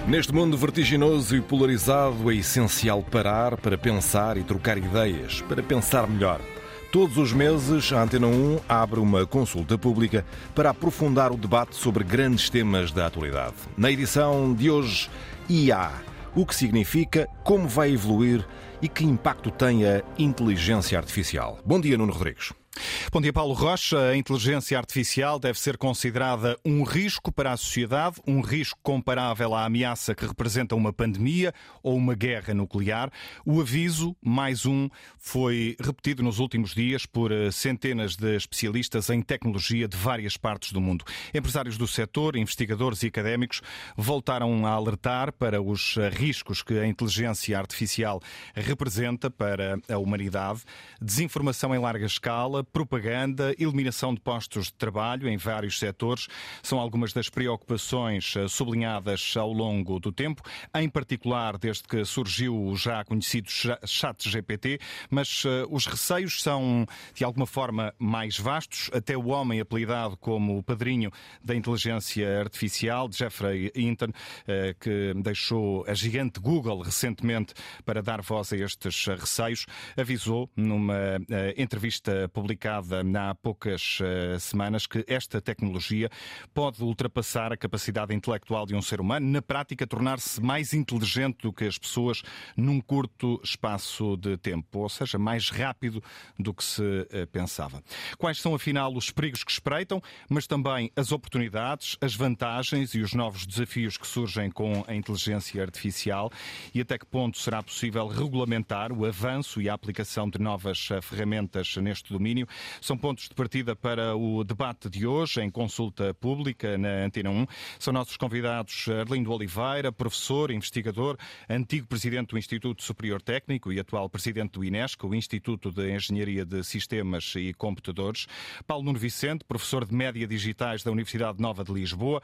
Neste mundo vertiginoso e polarizado é essencial parar para pensar e trocar ideias, para pensar melhor. Todos os meses, a Antena 1 abre uma consulta pública para aprofundar o debate sobre grandes temas da atualidade. Na edição de hoje, IA. O que significa, como vai evoluir e que impacto tem a inteligência artificial. Bom dia, Nuno Rodrigues. Bom dia, Paulo Rocha. A inteligência artificial deve ser considerada um risco para a sociedade, um risco comparável à ameaça que representa uma pandemia ou uma guerra nuclear. O aviso, mais um, foi repetido nos últimos dias por centenas de especialistas em tecnologia de várias partes do mundo. Empresários do setor, investigadores e académicos voltaram a alertar para os riscos que a inteligência artificial representa para a humanidade. Desinformação em larga escala, propaganda, eliminação de postos de trabalho em vários setores são algumas das preocupações sublinhadas ao longo do tempo, em particular desde que surgiu o já conhecido ChatGPT, mas os receios são de alguma forma mais vastos. Até o homem apelidado como o padrinho da inteligência artificial, Geoffrey Hinton, que deixou a gigante Google recentemente para dar voz a estes receios, avisou numa entrevista publicada há poucas semanas que esta tecnologia pode ultrapassar a capacidade intelectual de um ser humano, na prática tornar-se mais inteligente do que as pessoas num curto espaço de tempo, ou seja, mais rápido do que se pensava. Quais são, afinal, os perigos que espreitam, mas também as oportunidades, as vantagens e os novos desafios que surgem com a inteligência artificial e até que ponto será possível regulamentar o avanço e a aplicação de novas ferramentas neste domínio? São pontos de partida para o debate de hoje, em consulta pública na Antena 1. São nossos convidados Arlindo Oliveira, professor, investigador, antigo presidente do Instituto Superior Técnico e atual presidente do INESC, o Instituto de Engenharia de Sistemas e Computadores. Paulo Nuno Vicente, professor de Média Digitais da Universidade Nova de Lisboa,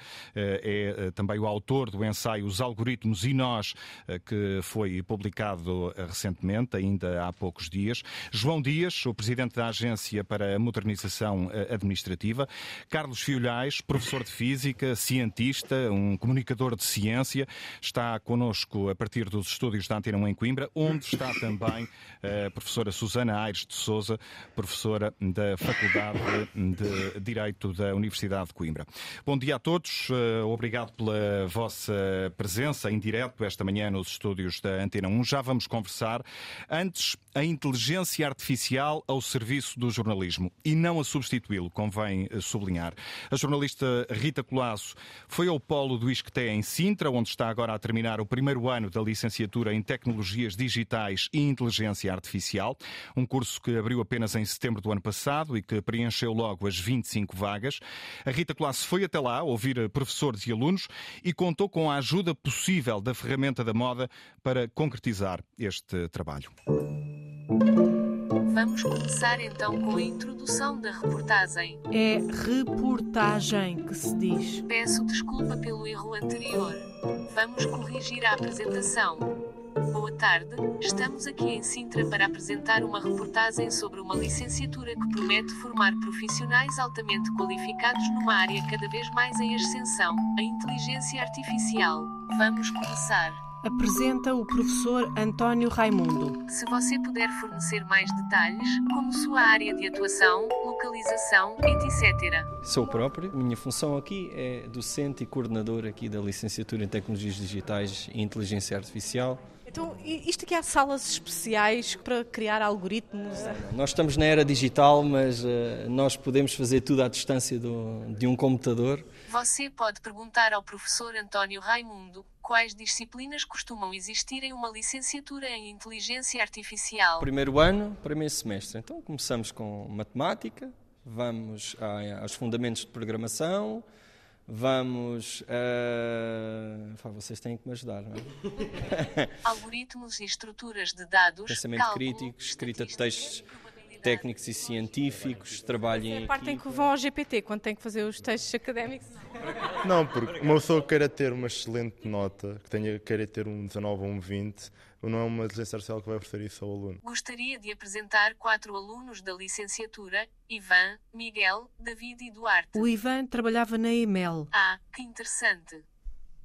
é também o autor do ensaio Os Algoritmos e Nós, que foi publicado recentemente, ainda há poucos dias. João Dias, o presidente da Agência para a Modernização Administrativa. Carlos Fiolhais, professor de Física, cientista, um comunicador de ciência, está connosco a partir dos estúdios da Antena 1 em Coimbra, onde está também a professora Susana Aires de Sousa, professora da Faculdade de Direito da Universidade de Coimbra. Bom dia a todos, obrigado pela vossa presença em direto esta manhã nos estúdios da Antena 1. Já vamos conversar. Antes, a inteligência artificial ao serviço do jornalismo e não a substituí-lo, convém sublinhar. A jornalista Rita Colasso foi ao polo do ISCTE em Sintra, onde está agora a terminar o primeiro ano da licenciatura em Tecnologias Digitais e Inteligência Artificial, um curso que abriu apenas em setembro do ano passado e que preencheu logo as 25 vagas. A Rita Colasso foi até lá ouvir professores e alunos e contou com a ajuda possível da ferramenta da moda para concretizar este trabalho. Vamos começar então com a introdução da reportagem. É reportagem que se diz. Peço desculpa pelo erro anterior. Vamos corrigir a apresentação. Boa tarde, estamos aqui em Sintra para apresentar uma reportagem sobre uma licenciatura que promete formar profissionais altamente qualificados numa área cada vez mais em ascensão, a inteligência artificial. Vamos começar. Apresenta o professor António Raimundo. Se você puder fornecer mais detalhes, como sua área de atuação, localização, etc. Sou o próprio. Minha função aqui é docente e coordenador aqui da licenciatura em Tecnologias Digitais e Inteligência Artificial. Então, isto aqui há salas especiais para criar algoritmos? Nós estamos na era digital, mas nós podemos fazer tudo à distância de um computador. Você pode perguntar ao professor António Raimundo quais disciplinas costumam existir em uma licenciatura em Inteligência Artificial. Primeiro ano, primeiro semestre. Então começamos com matemática, vamos aos fundamentos de programação, vamos... Vocês têm que me ajudar, não é? Algoritmos e estruturas de dados, pensamento cálculo, crítico, escrita de textos técnicos e científicos, trabalho em É a parte em que vão ao GPT, quando têm que fazer os textos académicos. Não, porque uma pessoa queira ter uma excelente nota, queira ter um 19 ou um 20, não é uma inteligência artificial que vai oferecer isso ao aluno. Gostaria de apresentar 4 alunos da licenciatura: Ivan, Miguel, David e Duarte. O Ivan trabalhava na EML. Ah, que interessante.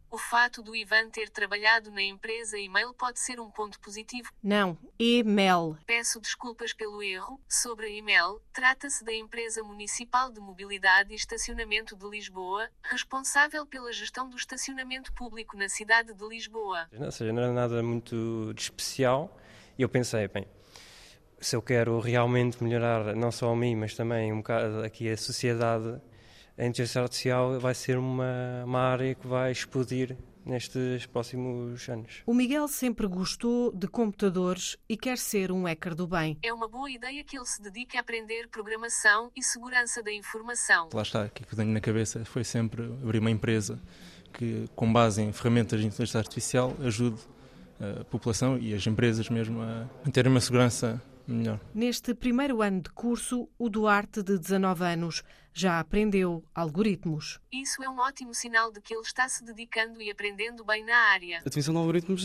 O fato do Ivan ter trabalhado na empresa e-mail pode ser um ponto positivo. Não, e-mail. Peço desculpas pelo erro. Sobre a e-mail, trata-se da Empresa Municipal de Mobilidade e Estacionamento de Lisboa, responsável pela gestão do estacionamento público na cidade de Lisboa. Ou seja, não era nada muito de especial e eu pensei, bem, se eu quero realmente melhorar não só a mim, mas também um bocado aqui a sociedade, a inteligência artificial vai ser uma área que vai explodir nestes próximos anos. O Miguel sempre gostou de computadores e quer ser um hacker do bem. É uma boa ideia que ele se dedique a aprender programação e segurança da informação. Lá está, o que eu tenho na cabeça foi sempre abrir uma empresa que, com base em ferramentas de inteligência artificial, ajude a população e as empresas mesmo a terem uma segurança melhor. Neste primeiro ano de curso, o Duarte, de 19 anos, já aprendeu algoritmos. Isso é um ótimo sinal de que ele está se dedicando e aprendendo bem na área. A definição de algoritmos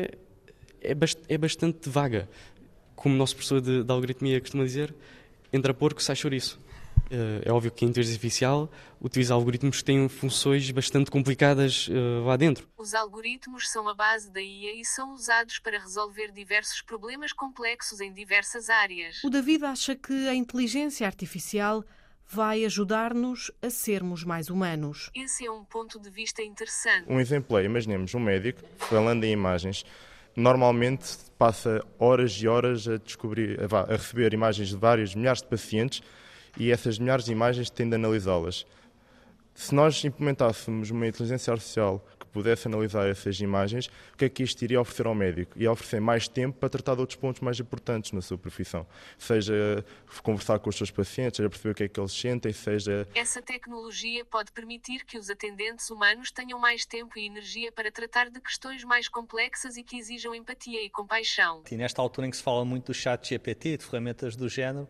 é bastante vaga. Como o nosso professor de algoritmia costuma dizer, entra porco, sai chouriço. É óbvio que a inteligência artificial utiliza algoritmos que têm funções bastante complicadas lá dentro. Os algoritmos são a base da IA e são usados para resolver diversos problemas complexos em diversas áreas. O David acha que a inteligência artificial vai ajudar-nos a sermos mais humanos. Esse é um ponto de vista interessante. Um exemplo é, imaginemos um médico, falando em imagens, normalmente passa horas e horas a receber imagens de vários milhares de pacientes e essas milhares de imagens têm de analisá-las. Se nós implementássemos uma inteligência artificial que pudesse analisar essas imagens, o que é que isto iria oferecer ao médico? Ia oferecer mais tempo para tratar de outros pontos mais importantes na sua profissão. Seja conversar com os seus pacientes, seja perceber o que é que eles sentem, seja... Essa tecnologia pode permitir que os atendentes humanos tenham mais tempo e energia para tratar de questões mais complexas e que exijam empatia e compaixão. E nesta altura em que se fala muito do chat GPT, de ferramentas do género,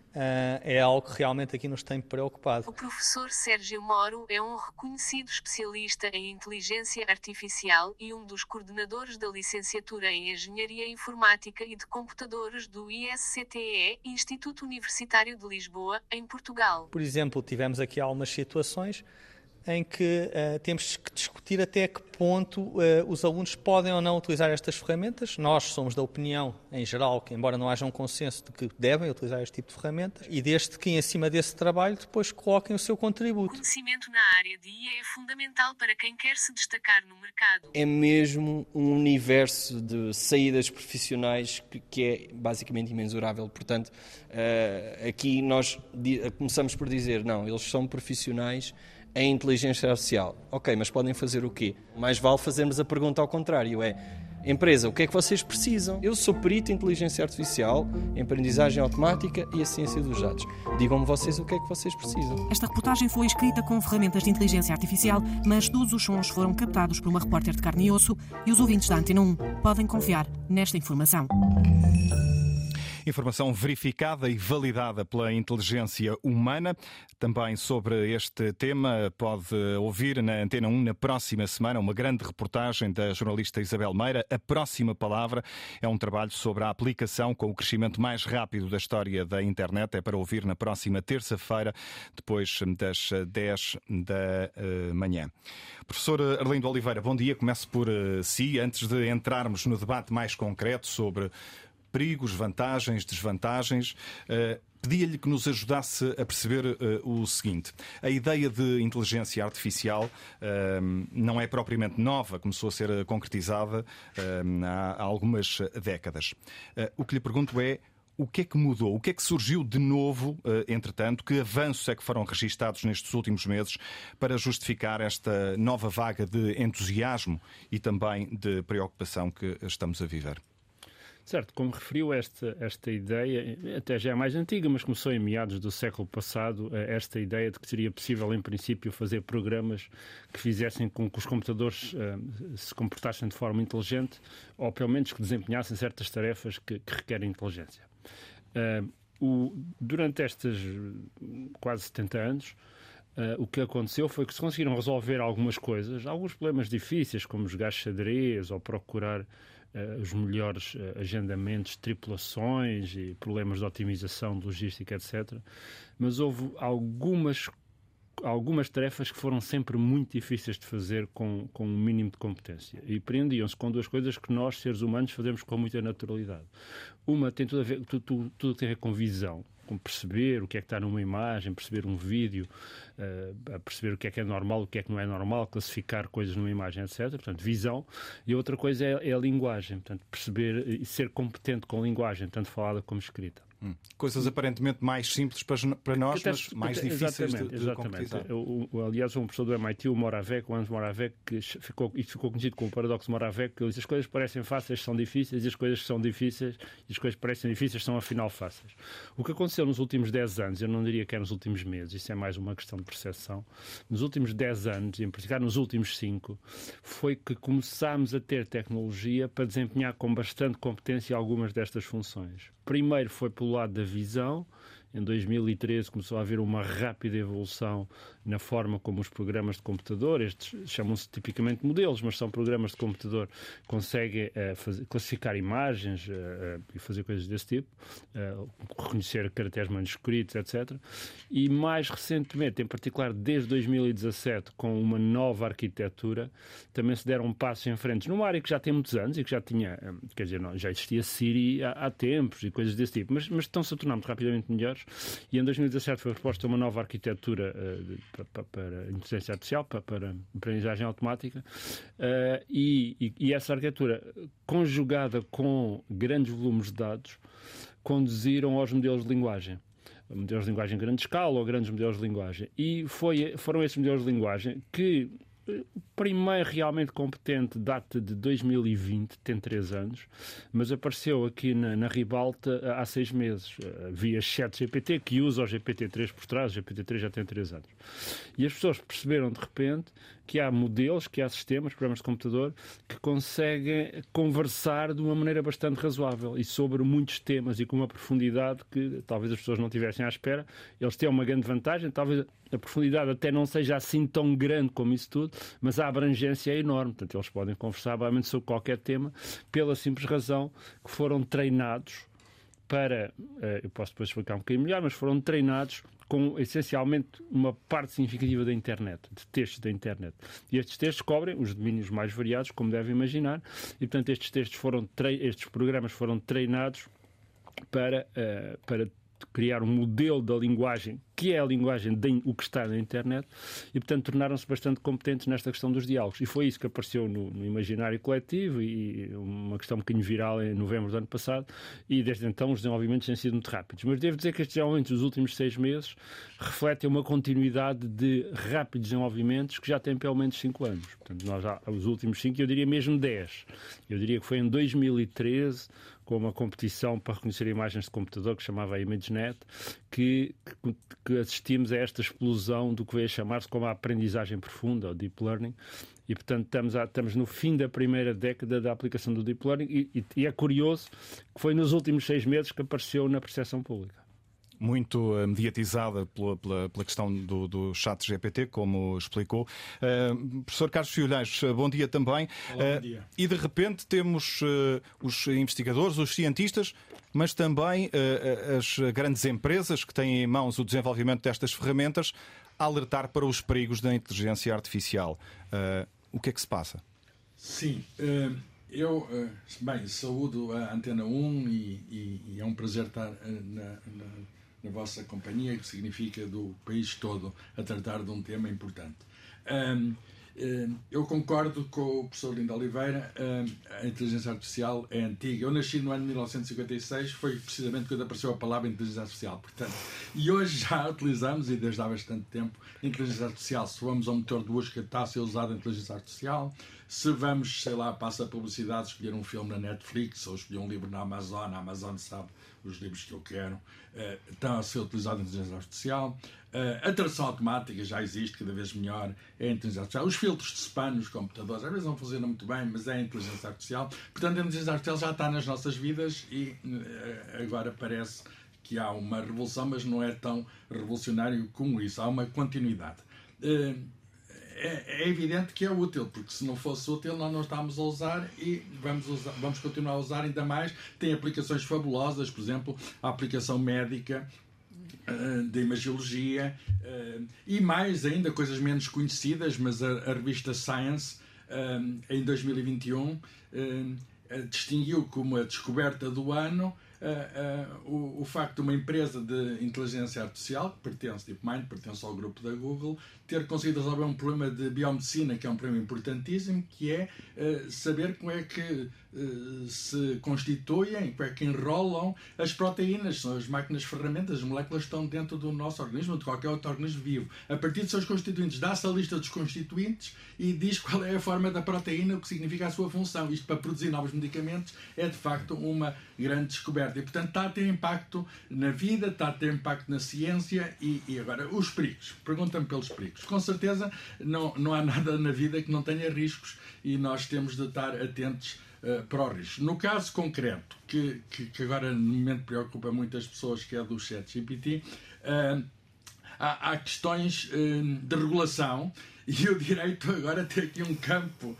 é algo que realmente aqui nos tem preocupado. O professor Sérgio Moro é um reconhecido especialista em inteligência artificial e um dos coordenadores da licenciatura em Engenharia Informática e de Computadores do ISCTE, Instituto Universitário de Lisboa, em Portugal. Por exemplo, tivemos aqui algumas situações em que temos que discutir até que ponto os alunos podem ou não utilizar estas ferramentas. Nós somos da opinião, em geral, que embora não haja um consenso de que devem utilizar este tipo de ferramentas, e desde que, em cima desse trabalho, depois coloquem o seu contributo. O conhecimento na área de IA é fundamental para quem quer se destacar no mercado. É mesmo um universo de saídas profissionais que é basicamente imensurável. Portanto, aqui nós começamos por dizer, não, eles são profissionais em inteligência artificial. Ok, mas podem fazer o quê? Mais vale fazermos a pergunta ao contrário, empresa, o que é que vocês precisam? Eu sou perito em inteligência artificial, em aprendizagem automática e a ciência dos dados. Digam-me vocês o que é que vocês precisam. Esta reportagem foi escrita com ferramentas de inteligência artificial, mas todos os sons foram captados por uma repórter de carne e osso e os ouvintes da Antena 1 podem confiar nesta informação. Informação verificada e validada pela inteligência humana. Também sobre este tema pode ouvir na Antena 1 na próxima semana uma grande reportagem da jornalista Isabel Meira. A próxima palavra é um trabalho sobre a aplicação com o crescimento mais rápido da história da internet. É para ouvir na próxima terça-feira, depois das 10 da manhã. Professor Arlindo Oliveira, bom dia. Começo por si. Antes de entrarmos no debate mais concreto sobre perigos, vantagens, desvantagens, pedia-lhe que nos ajudasse a perceber o seguinte. A ideia de inteligência artificial não é propriamente nova, começou a ser concretizada há algumas décadas. O que lhe pergunto é, o que é que mudou? O que é que surgiu de novo, entretanto? Que avanços é que foram registados nestes últimos meses para justificar esta nova vaga de entusiasmo e também de preocupação que estamos a viver? Certo, como referiu, esta ideia até já é mais antiga, mas começou em meados do século passado, esta ideia de que seria possível, em princípio, fazer programas que fizessem com que os computadores se comportassem de forma inteligente, ou pelo menos que desempenhassem certas tarefas que requerem inteligência. Durante estes quase 70 anos, o que aconteceu foi que se conseguiram resolver algumas coisas, alguns problemas difíceis, como jogar xadrez ou procurar os melhores agendamentos, tripulações e problemas de otimização, de logística, etc. Mas houve algumas algumas tarefas que foram sempre muito difíceis de fazer com um mínimo de competência. E prendiam-se com duas coisas que nós, seres humanos, fazemos com muita naturalidade. Uma tem tudo a ver, tudo tem a ver com visão, com perceber o que é que está numa imagem, perceber um vídeo, perceber o que é normal, o que é que não é normal, classificar coisas numa imagem, etc. Portanto, visão. E outra coisa é a linguagem. Portanto, perceber e ser competente com a linguagem, tanto falada como escrita. Coisas aparentemente mais simples para nós, mas mais difíceis de competizar. Aliás, um professor do MIT, o Hans Moravec, que ficou conhecido como o paradoxo Moravec, que ele diz: as coisas parecem fáceis são difíceis, e as coisas que são difíceis e as coisas que parecem difíceis são afinal fáceis. O que aconteceu nos últimos 10 anos, eu não diria que é nos últimos meses, isso é mais uma questão de percepção, nos últimos 10 anos, e em particular nos últimos 5, foi que começámos a ter tecnologia para desempenhar com bastante competência algumas destas funções. Primeiro foi pelo lado da visão. Em 2013 começou a haver uma rápida evolução na forma como os programas de computador, estes chamam-se tipicamente modelos, mas são programas de computador, conseguem classificar imagens e fazer coisas desse tipo, reconhecer caracteres manuscritos, etc. E mais recentemente, em particular desde 2017, com uma nova arquitetura, também se deram passos em frente numa área que já tem muitos anos e que já tinha, quer dizer, já existia Siri há tempos e coisas desse tipo, mas estão-se a tornar muito rapidamente melhores. E em 2017 foi proposta uma nova arquitetura para inteligência artificial, para aprendizagem automática, e essa arquitetura, conjugada com grandes volumes de dados, conduziram aos modelos de linguagem. Modelos de linguagem em grande escala ou grandes modelos de linguagem. E foram esses modelos de linguagem que o primeiro realmente competente data de 2020, tem 3 anos, mas apareceu aqui na ribalta há 6 meses, via ChatGPT, que usa o GPT-3 por trás. O GPT-3 já tem 3 anos. E as pessoas perceberam de repente que há modelos, que há sistemas, programas de computador, que conseguem conversar de uma maneira bastante razoável e sobre muitos temas e com uma profundidade que talvez as pessoas não tivessem à espera. Eles têm uma grande vantagem, talvez a profundidade até não seja assim tão grande como isso tudo, mas a abrangência é enorme. Portanto, eles podem conversar basicamente sobre qualquer tema, pela simples razão que foram treinados para, eu posso depois explicar um bocadinho melhor, mas foram treinados com essencialmente uma parte significativa da internet, de textos da internet. E estes textos cobrem os domínios mais variados, como devem imaginar, e portanto estes programas foram treinados para criar um modelo da linguagem, que é a linguagem o que está na internet, e portanto tornaram-se bastante competentes nesta questão dos diálogos. E foi isso que apareceu no imaginário coletivo, e uma questão um bocadinho viral em novembro do ano passado, e desde então os desenvolvimentos têm sido muito rápidos. Mas devo dizer que estes desenvolvimentos dos últimos 6 meses refletem uma continuidade de rápidos desenvolvimentos que já têm pelo menos 5 anos. Portanto, nós já, os últimos 5, eu diria mesmo 10. Eu diria que foi em 2013, com uma competição para reconhecer imagens de computador que chamava ImageNet, que assistimos a esta explosão do que veio a chamar-se como a aprendizagem profunda, ou Deep Learning, e portanto estamos no fim da primeira década da aplicação do Deep Learning, e é curioso que foi nos últimos 6 meses que apareceu na percepção pública. Muito mediatizada pela questão do chat GPT, como explicou. Professor Carlos Fiolhais, bom dia também. Olá, bom dia. E de repente temos os investigadores, os cientistas, mas também as grandes empresas que têm em mãos o desenvolvimento destas ferramentas a alertar para os perigos da inteligência artificial. O que é que se passa? Sim, eu saúdo a Antena 1 e é um prazer estar na vossa companhia, que significa do país todo a tratar de um tema importante. Eu concordo com o professor Lindo Oliveira, a inteligência artificial é antiga. Eu nasci no ano de 1956, foi precisamente quando apareceu a palavra inteligência artificial. Portanto, e hoje já utilizamos, e desde há bastante tempo, inteligência artificial. Se vamos ao motor de busca, está a ser usada a inteligência artificial. Se vamos, sei lá, passa a publicidade, escolher um filme na Netflix ou escolher um livro na Amazon, a Amazon sabe os livros que eu quero, estão a ser utilizada a inteligência artificial. A tradução automática já existe, cada vez melhor, é a inteligência artificial. Os filtros de spam nos computadores, às vezes não funcionam muito bem, mas é a inteligência artificial. Portanto, a inteligência artificial já está nas nossas vidas e agora parece que há uma revolução, mas não é tão revolucionário como isso. Há uma continuidade. É evidente que é útil, porque se não fosse útil nós não estamos a usar e vamos continuar a usar ainda mais. Tem aplicações fabulosas, por exemplo, a aplicação médica da imagiologia e mais ainda, coisas menos conhecidas, mas a revista Science, em 2021, distinguiu como a descoberta do ano o facto de uma empresa de inteligência artificial, que pertence, DeepMind, pertence ao grupo da Google, ter conseguido resolver um problema de biomedicina, que é um problema importantíssimo, que é saber como é que se constituem, como é que enrolam as proteínas. São as máquinas ferramentas, as moléculas estão dentro do nosso organismo, de qualquer outro organismo vivo. A partir dos seus constituintes, dá-se a lista dos constituintes e diz qual é a forma da proteína, o que significa a sua função. Isto para produzir novos medicamentos é, de facto, uma grande descoberta. E, portanto, está a ter impacto na vida, está a ter impacto na ciência. E agora, os perigos. Pergunta-me pelos perigos. Com certeza, não há nada na vida que não tenha riscos e nós temos de estar atentos para os riscos. No caso concreto, que agora, no momento, preocupa muitas pessoas, que é do ChatGPT, há questões de regulação. E o direito agora tem aqui um campo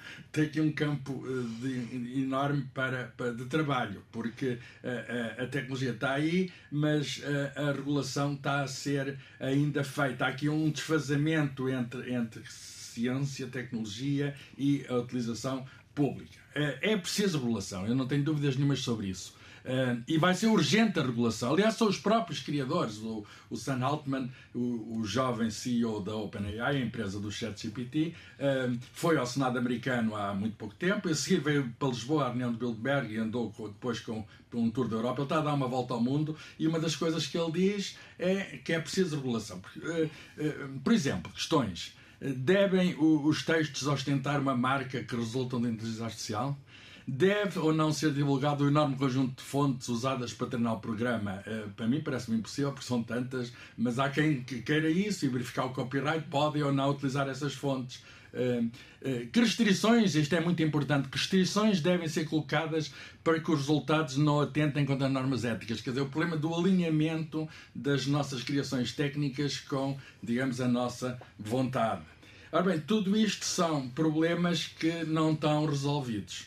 enorme de trabalho, porque a tecnologia está aí, mas a regulação está a ser ainda feita. Há aqui um desfazamento entre ciência, tecnologia e a utilização pública. É preciso regulação, eu não tenho dúvidas nenhumas sobre isso. E vai ser urgente a regulação. Aliás, são os próprios criadores, o Sam Altman, o jovem CEO da OpenAI, a empresa do ChatGPT, foi ao Senado americano há muito pouco tempo, a seguir veio para Lisboa à reunião de Bilderberg e andou depois com um tour da Europa. Ele está a dar uma volta ao mundo e uma das coisas que ele diz é que é preciso regulação. Por exemplo, questões. Devem os textos ostentar uma marca que resultam da inteligência artificial? Deve ou não ser divulgado o enorme conjunto de fontes usadas para treinar o programa? Para mim parece-me impossível, porque são tantas, mas há quem queira isso e verificar o copyright, podem ou não utilizar essas fontes. Que restrições, isto é muito importante, que restrições devem ser colocadas para que os resultados não atentem contra as normas éticas? Quer dizer, o problema do alinhamento das nossas criações técnicas com, digamos, a nossa vontade. Ora bem, tudo isto são problemas que não estão resolvidos.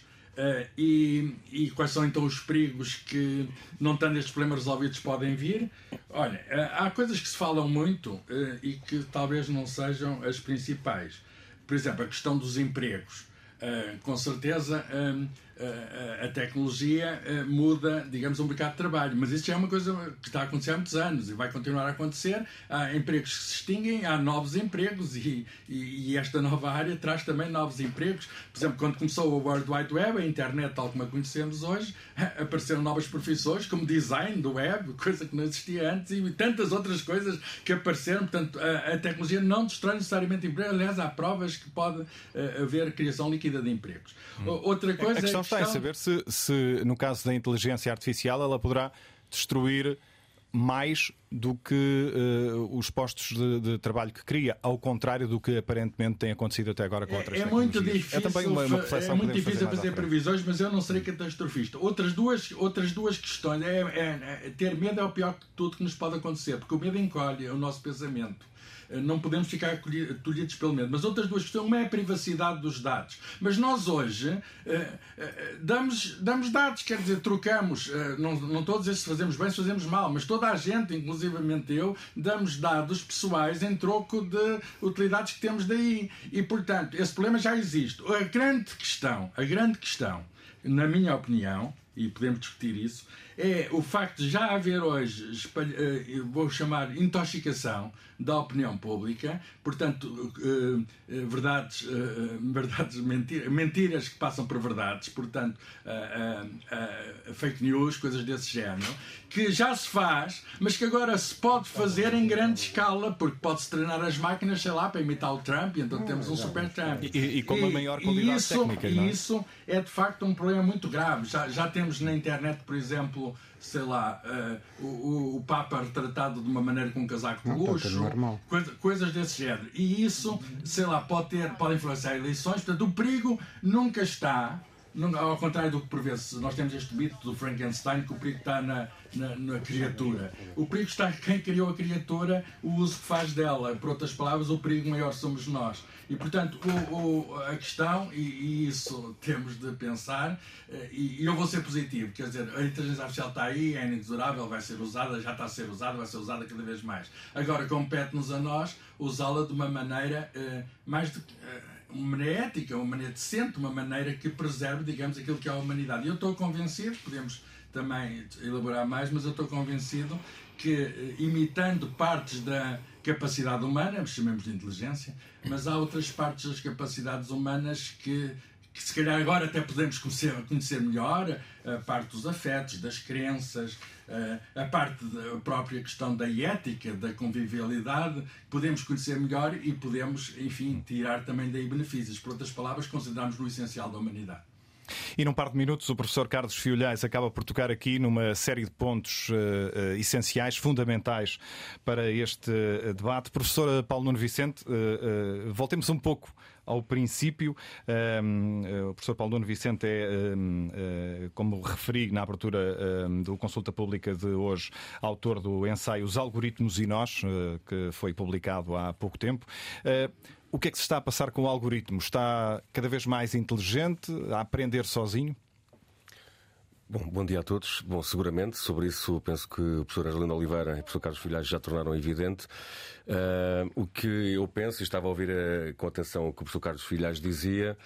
E quais são então os perigos que, não tendo estes problemas resolvidos, podem vir? Olha, há coisas que se falam muito e que talvez não sejam as principais. Por exemplo, a questão dos empregos. Com certeza a tecnologia muda, digamos, o mercado de trabalho, mas isso já é uma coisa que está a acontecer há muitos anos e vai continuar a acontecer. Há empregos que se extinguem, há novos empregos e esta nova área traz também novos empregos. Por exemplo, quando começou o World Wide Web, a internet tal como a conhecemos hoje, apareceram novas profissões como design do web, coisa que não existia antes, e tantas outras coisas que apareceram. Portanto, a tecnologia não destrói necessariamente emprego. Aliás, há provas que pode haver criação líquida de empregos. Outra coisa, a questão está em saber se, no caso da inteligência artificial, ela poderá destruir mais do que os postos de trabalho que cria, ao contrário do que aparentemente tem acontecido até agora com outras tecnologias. Muito difícil, também uma reflexão muito difícil fazer previsões, mas eu não serei catastrofista. Outras duas questões. Ter medo é o pior de tudo que nos pode acontecer, porque o medo encolhe o nosso pensamento. Não podemos ficar tolhidos pelo medo. Mas outras duas questões, uma é a privacidade dos dados. Mas nós hoje damos dados, quer dizer, trocamos, não estou a dizer se fazemos bem, se fazemos mal, mas toda a gente, inclusivamente eu, damos dados pessoais em troco de utilidades que temos daí. E, portanto, esse problema já existe. A grande questão, na minha opinião, e podemos discutir isso, é o facto de já haver hoje, vou chamar, intoxicação da opinião pública, portanto, mentiras que passam por verdades, portanto, fake news, coisas desse género, que já se faz, mas que agora se pode fazer em grande escala, porque pode-se treinar as máquinas, sei lá, para imitar o Trump, e então temos um super Trump. E com uma maior qualidade técnica. E isso é, de facto, um problema muito grave. Já temos na internet, por exemplo, sei lá, o Papa retratado de uma maneira com um casaco de luxo, coisas desse género. E isso, sei lá, pode influenciar eleições. Portanto, o perigo nunca está ao contrário do que por vezes nós temos este mito do Frankenstein, que o perigo está na criatura. O perigo está quem criou a criatura, o uso que faz dela. Por outras palavras, o perigo maior somos nós. E, portanto, a questão, e isso temos de pensar, e eu vou ser positivo, quer dizer, a inteligência artificial está aí, é inexorável, vai ser usada, já está a ser usada, vai ser usada cada vez mais. Agora, compete-nos a nós usá-la de uma maneira uma maneira ética, uma maneira decente, uma maneira que preserve, digamos, aquilo que é a humanidade. E eu estou convencido, podemos também elaborar mais, mas eu estou convencido que, imitando partes da capacidade humana, chamemos de inteligência, mas há outras partes das capacidades humanas que se calhar agora até podemos conhecer melhor, a parte dos afetos, das crenças, a parte da própria questão da ética, da convivialidade, podemos conhecer melhor e podemos, enfim, tirar também daí benefícios. Por outras palavras, consideramos no essencial da humanidade. E num par de minutos o professor Carlos Fiolhais acaba por tocar aqui numa série de pontos essenciais, fundamentais para este debate. Professor Paulo Nuno Vicente, voltemos um pouco ao princípio. O professor Paulo Nuno Vicente é, como referi na abertura do Consulta Pública de hoje, autor do ensaio Os Algoritmos e Nós, que foi publicado há pouco tempo. O que é que se está a passar com o algoritmo? Está cada vez mais inteligente, a aprender sozinho? Bom dia a todos. Bom, seguramente, sobre isso penso que o professor Angelino Oliveira e o professor Carlos Fiolhais já tornaram evidente. O que eu penso, e estava a ouvir com atenção o que o professor Carlos Fiolhais dizia,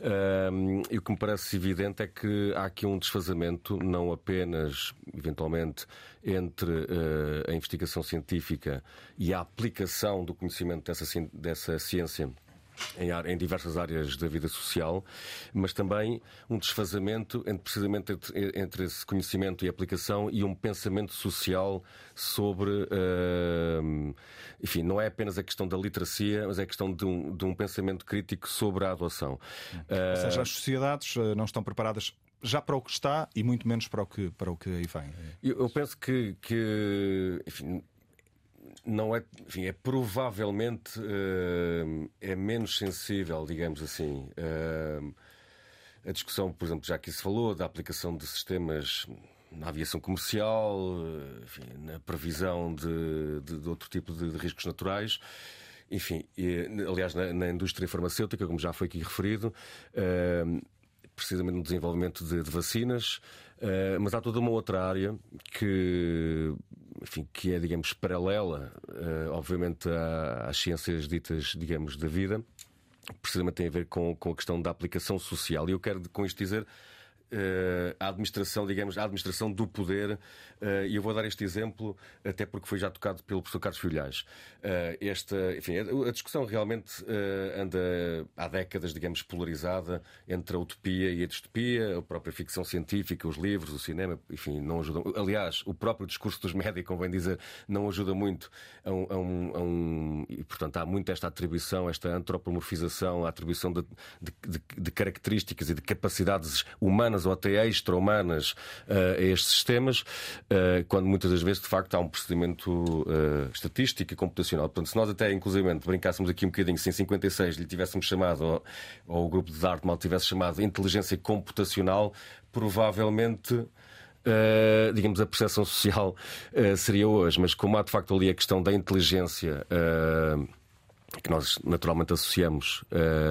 e o que me parece evidente é que há aqui um desfazamento, não apenas, eventualmente, entre a investigação científica e a aplicação do conhecimento dessa ciência em diversas áreas da vida social, mas também um desfazamento precisamente entre esse conhecimento e aplicação e um pensamento social sobre, enfim, não é apenas a questão da literacia, mas é a questão de um pensamento crítico sobre a adoção. Ou seja, as sociedades não estão preparadas já para o que está e muito menos para o que aí vem. Eu penso que enfim, não é, enfim, é provavelmente é menos sensível, digamos assim. A discussão, por exemplo, já aqui se falou da aplicação de sistemas na aviação comercial, enfim, na previsão de outro tipo de riscos naturais. Enfim, aliás, na indústria farmacêutica, como já foi aqui referido, precisamente no desenvolvimento de vacinas, mas há toda uma outra área que é, digamos, paralela, obviamente, às ciências ditas, digamos, da vida, precisamente tem a ver com a questão da aplicação social. E eu quero com isto dizer a administração, digamos, a administração do poder, e eu vou dar este exemplo até porque foi já tocado pelo professor Carlos Fiolhais. Enfim, a discussão realmente anda há décadas, digamos, polarizada entre a utopia e a distopia, a própria ficção científica, os livros, o cinema, enfim, não ajudam. Aliás, o próprio discurso dos média, convém dizer, não ajuda muito e, portanto, há muito esta atribuição, esta antropomorfização, a atribuição de características e de capacidades humanas ou até extra-humanas a estes sistemas, quando muitas das vezes, de facto, há um procedimento estatístico e computacional. Portanto, se nós até, inclusivamente, brincássemos aqui um bocadinho, se em 56 lhe tivéssemos chamado, ou o grupo de Dartmouth tivesse chamado inteligência computacional, provavelmente, digamos, a percepção social seria hoje. Mas como há, de facto, ali a questão da inteligência, que nós naturalmente associamos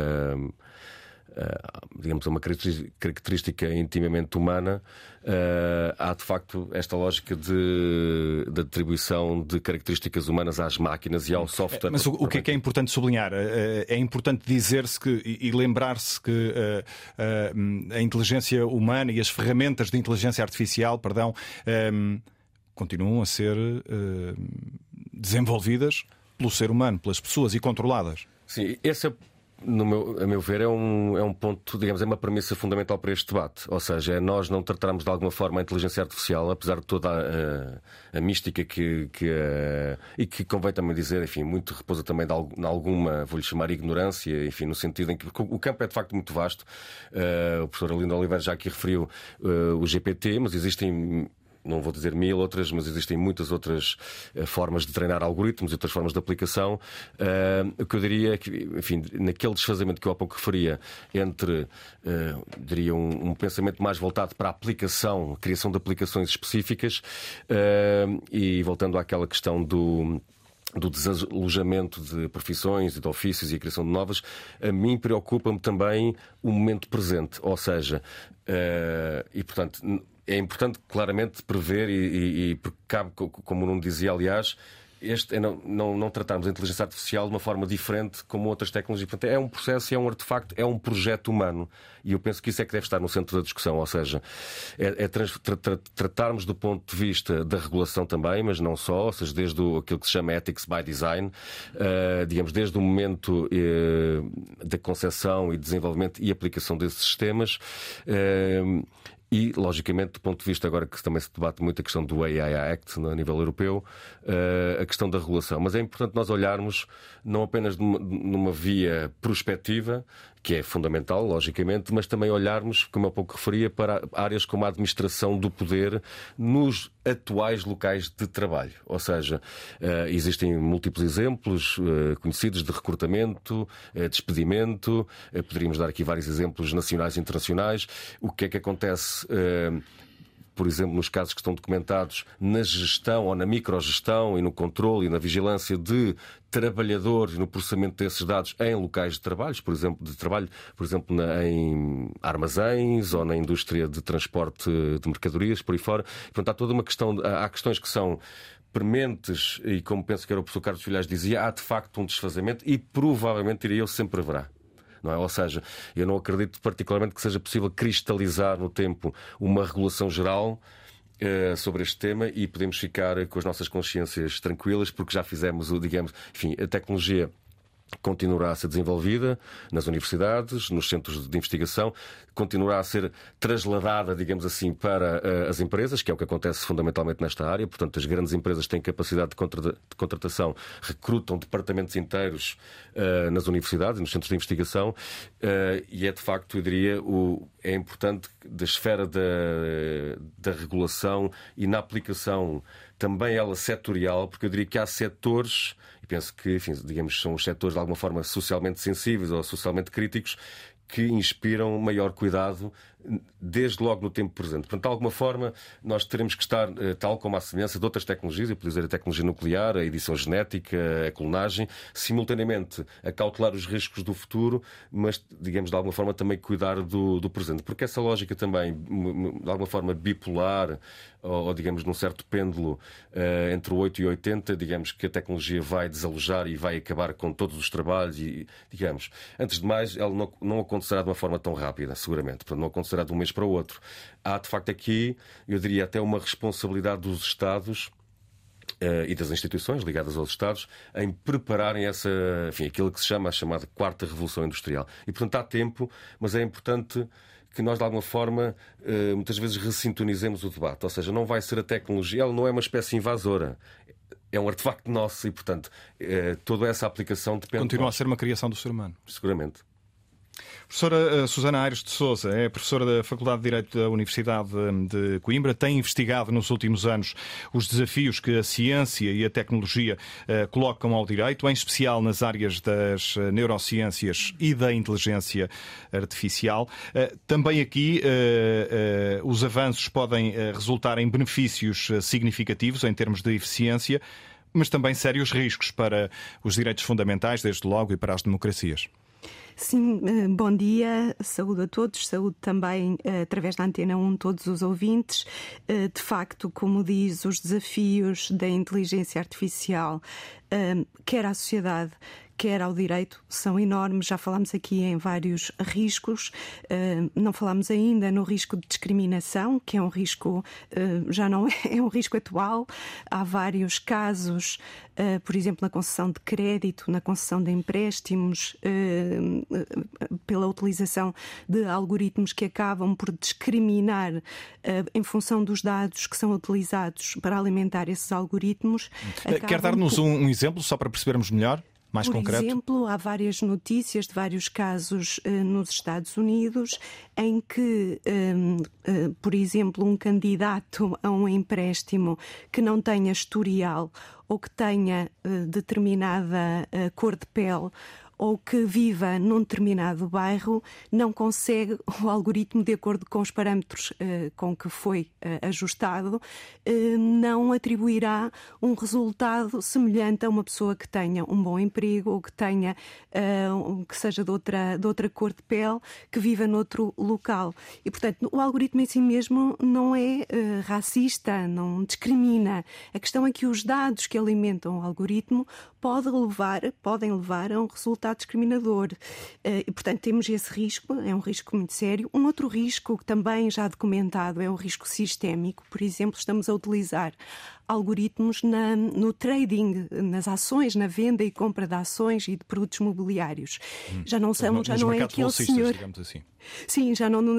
digamos, a uma característica intimamente humana, há de facto esta lógica de atribuição de características humanas às máquinas e ao software. Mas o que é importante sublinhar? É importante dizer-se e lembrar-se que a inteligência humana e as ferramentas de inteligência artificial, continuam a ser desenvolvidas pelo ser humano, pelas pessoas e controladas. Sim, esse é, a meu ver, é um ponto, digamos, é uma premissa fundamental para este debate. Ou seja, é nós não tratarmos de alguma forma a inteligência artificial, apesar de toda a mística e que convém também dizer, enfim, muito repousa também em alguma, vou-lhe chamar, ignorância, enfim, no sentido em que o campo é de facto muito vasto. O professor Arlindo Oliveira já aqui referiu o GPT, mas existem não vou dizer 1000 outras, mas existem muitas outras formas de treinar algoritmos e outras formas de aplicação. O que eu diria é que, enfim, naquele desfazamento que eu há pouco referia entre, diria, um pensamento mais voltado para a aplicação, a criação de aplicações específicas, e voltando àquela questão do desalojamento de profissões e de ofícios e a criação de novas, a mim preocupa-me também o momento presente, ou seja, e portanto é importante claramente prever e porque cabe, como o Nuno dizia, aliás, não tratarmos a inteligência artificial de uma forma diferente como outras tecnologias. Portanto, é um processo, é um artefacto, é um projeto humano. E eu penso que isso é que deve estar no centro da discussão. Ou seja, tratarmos do ponto de vista da regulação também, mas não só, ou seja, desde aquilo que se chama ethics by design, digamos, desde o momento da concepção e desenvolvimento e aplicação desses sistemas. E, logicamente, do ponto de vista agora que também se debate muito a questão do AI Act a nível europeu, a questão da regulação. Mas é importante nós olharmos não apenas numa via prospectiva, que é fundamental, logicamente, mas também olharmos, como eu há pouco referia, para áreas como a administração do poder nos atuais locais de trabalho. Ou seja, existem múltiplos exemplos conhecidos de recrutamento, despedimento, poderíamos dar aqui vários exemplos nacionais e internacionais. O que é que acontece, por exemplo, nos casos que estão documentados na gestão ou na microgestão e no controle e na vigilância de trabalhadores no processamento desses dados em locais de trabalho, por exemplo, em armazéns ou na indústria de transporte de mercadorias, por aí fora. Portanto, há toda uma questão, há questões que são prementes e, como penso que era o professor Carlos Filhais dizia, há de facto um desfazamento e provavelmente, diria eu, sempre haverá. Não é? Ou seja, eu não acredito particularmente que seja possível cristalizar no tempo uma regulação geral sobre este tema e podemos ficar com as nossas consciências tranquilas porque já fizemos, digamos, enfim, a tecnologia continuará a ser desenvolvida nas universidades, nos centros de investigação, continuará a ser trasladada, digamos assim, para as empresas, que é o que acontece fundamentalmente nesta área. Portanto, as grandes empresas têm capacidade de contratação, recrutam departamentos inteiros nas universidades, nos centros de investigação, e é de facto, eu diria, é importante da esfera da regulação e na aplicação também ela setorial, porque eu diria que há setores, e penso que, enfim, digamos, são os setores de alguma forma socialmente sensíveis ou socialmente críticos, que inspiram maior cuidado desde logo no tempo presente. Portanto, de alguma forma, nós teremos que estar, tal como a semelhança de outras tecnologias, eu poderia dizer a tecnologia nuclear, a edição genética, a clonagem, simultaneamente a cautelar os riscos do futuro, mas, digamos, de alguma forma também cuidar do presente. Porque essa lógica também, de alguma forma, bipolar, ou digamos, num certo pêndulo entre o 8 e 80, digamos que a tecnologia vai desalojar e vai acabar com todos os trabalhos e, digamos, antes de mais, ela não acontecerá de uma forma tão rápida, seguramente. Portanto, não acontecerá de um mês para o outro. Há, de facto, aqui, eu diria, até uma responsabilidade dos Estados e das instituições ligadas aos Estados em prepararem aquilo que se chama a chamada quarta revolução industrial. E, portanto, há tempo, mas é importante que nós, de alguma forma, muitas vezes ressintonizemos o debate. Ou seja, não vai ser a tecnologia, ela não é uma espécie invasora. É um artefacto nosso e, portanto, toda essa aplicação depende... Continua a ser uma criação do ser humano. Seguramente. Professora Susana Aires de Sousa é professora da Faculdade de Direito da Universidade de Coimbra, tem investigado nos últimos anos os desafios que a ciência e a tecnologia colocam ao direito, em especial nas áreas das neurociências e da inteligência artificial. Também aqui os avanços podem resultar em benefícios significativos em termos de eficiência, mas também sérios riscos para os direitos fundamentais, desde logo, e para as democracias. Sim, bom dia, saúde a todos, saúde também através da Antena 1 todos os ouvintes. De facto, como diz, os desafios da inteligência artificial, quer à sociedade, quer ao direito, são enormes. Já falámos aqui em vários riscos. Não falámos ainda no risco de discriminação, que é um risco, já não é um risco atual. Há vários casos, por exemplo, na concessão de crédito, na concessão de empréstimos, pela utilização de algoritmos que acabam por discriminar em função dos dados que são utilizados para alimentar esses algoritmos. Quer dar-nos um exemplo, só para percebermos melhor? Mais por concreto? exemplo, há várias notícias de vários casos nos Estados Unidos em que, por exemplo, um candidato a um empréstimo que não tenha historial ou que tenha determinada cor de pele ou que viva num determinado bairro, não consegue, o algoritmo, de acordo com os parâmetros com que foi ajustado, não atribuirá um resultado semelhante a uma pessoa que tenha um bom emprego ou que tenha, que seja de outra cor de pele, que viva noutro local. E, portanto, o algoritmo em si mesmo não é racista, não discrimina. A questão é que os dados que alimentam o algoritmo podem levar a um resultado discriminador. E, portanto, temos esse risco, é um risco muito sério. Um outro risco que também já documentado é um risco sistémico. Por exemplo, estamos a utilizar algoritmos no trading, nas ações, na venda e compra de ações e de produtos mobiliários. Já não é aquele senhor... Assim. Sim, já não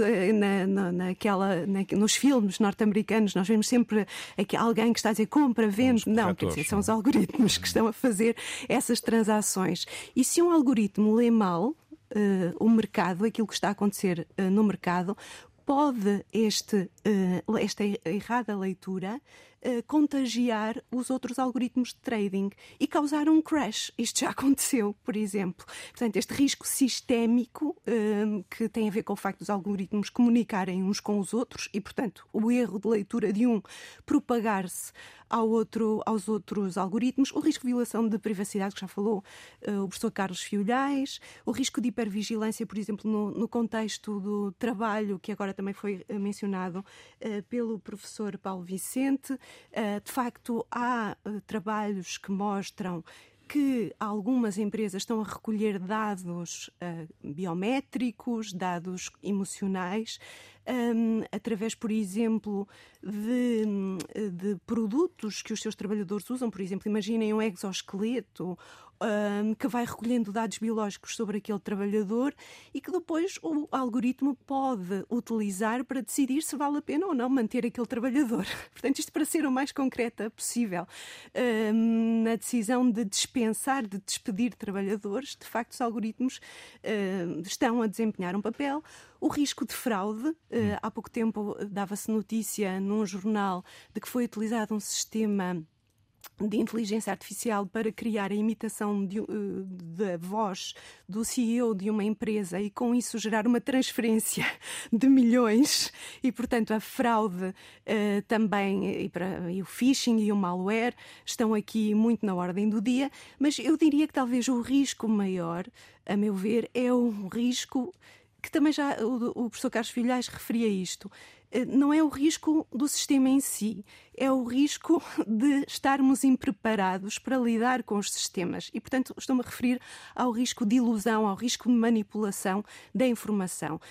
nos filmes norte-americanos nós vemos sempre alguém que está a dizer compra, vende. Não, quer dizer, são os algoritmos que estão a fazer essas transações. E se um algoritmo lê mal o mercado, aquilo que está a acontecer no mercado, pode esta errada leitura contagiar os outros algoritmos de trading e causar um crash. Isto já aconteceu, por exemplo. Portanto, este risco sistémico que tem a ver com o facto dos algoritmos comunicarem uns com os outros e, portanto, o erro de leitura de um propagar-se aos outros algoritmos, o risco de violação de privacidade, que já falou o professor Carlos Fiolhais, o risco de hipervigilância, por exemplo, no contexto do trabalho, que agora também foi mencionado pelo professor Paulo Vicente. De facto, há trabalhos que mostram que algumas empresas estão a recolher dados biométricos, dados emocionais, através, por exemplo, de produtos que os seus trabalhadores usam. Por exemplo, imaginem um exoesqueleto que vai recolhendo dados biológicos sobre aquele trabalhador e que depois o algoritmo pode utilizar para decidir se vale a pena ou não manter aquele trabalhador. Portanto, isto para ser o mais concreta possível. Na decisão de dispensar, de despedir trabalhadores, de facto os algoritmos estão a desempenhar um papel. O risco de fraude, há pouco tempo dava-se notícia num jornal de que foi utilizado um sistema de inteligência artificial para criar a imitação da voz do CEO de uma empresa e com isso gerar uma transferência de milhões e, portanto, a fraude também, e o phishing e o malware estão aqui muito na ordem do dia, mas eu diria que talvez o risco maior, a meu ver, é um risco que também já o professor Carlos Fiolhais referia isto. Não é o risco do sistema em si, é o risco de estarmos impreparados para lidar com os sistemas. E, portanto, estou-me a referir ao risco de ilusão, ao risco de manipulação da informação.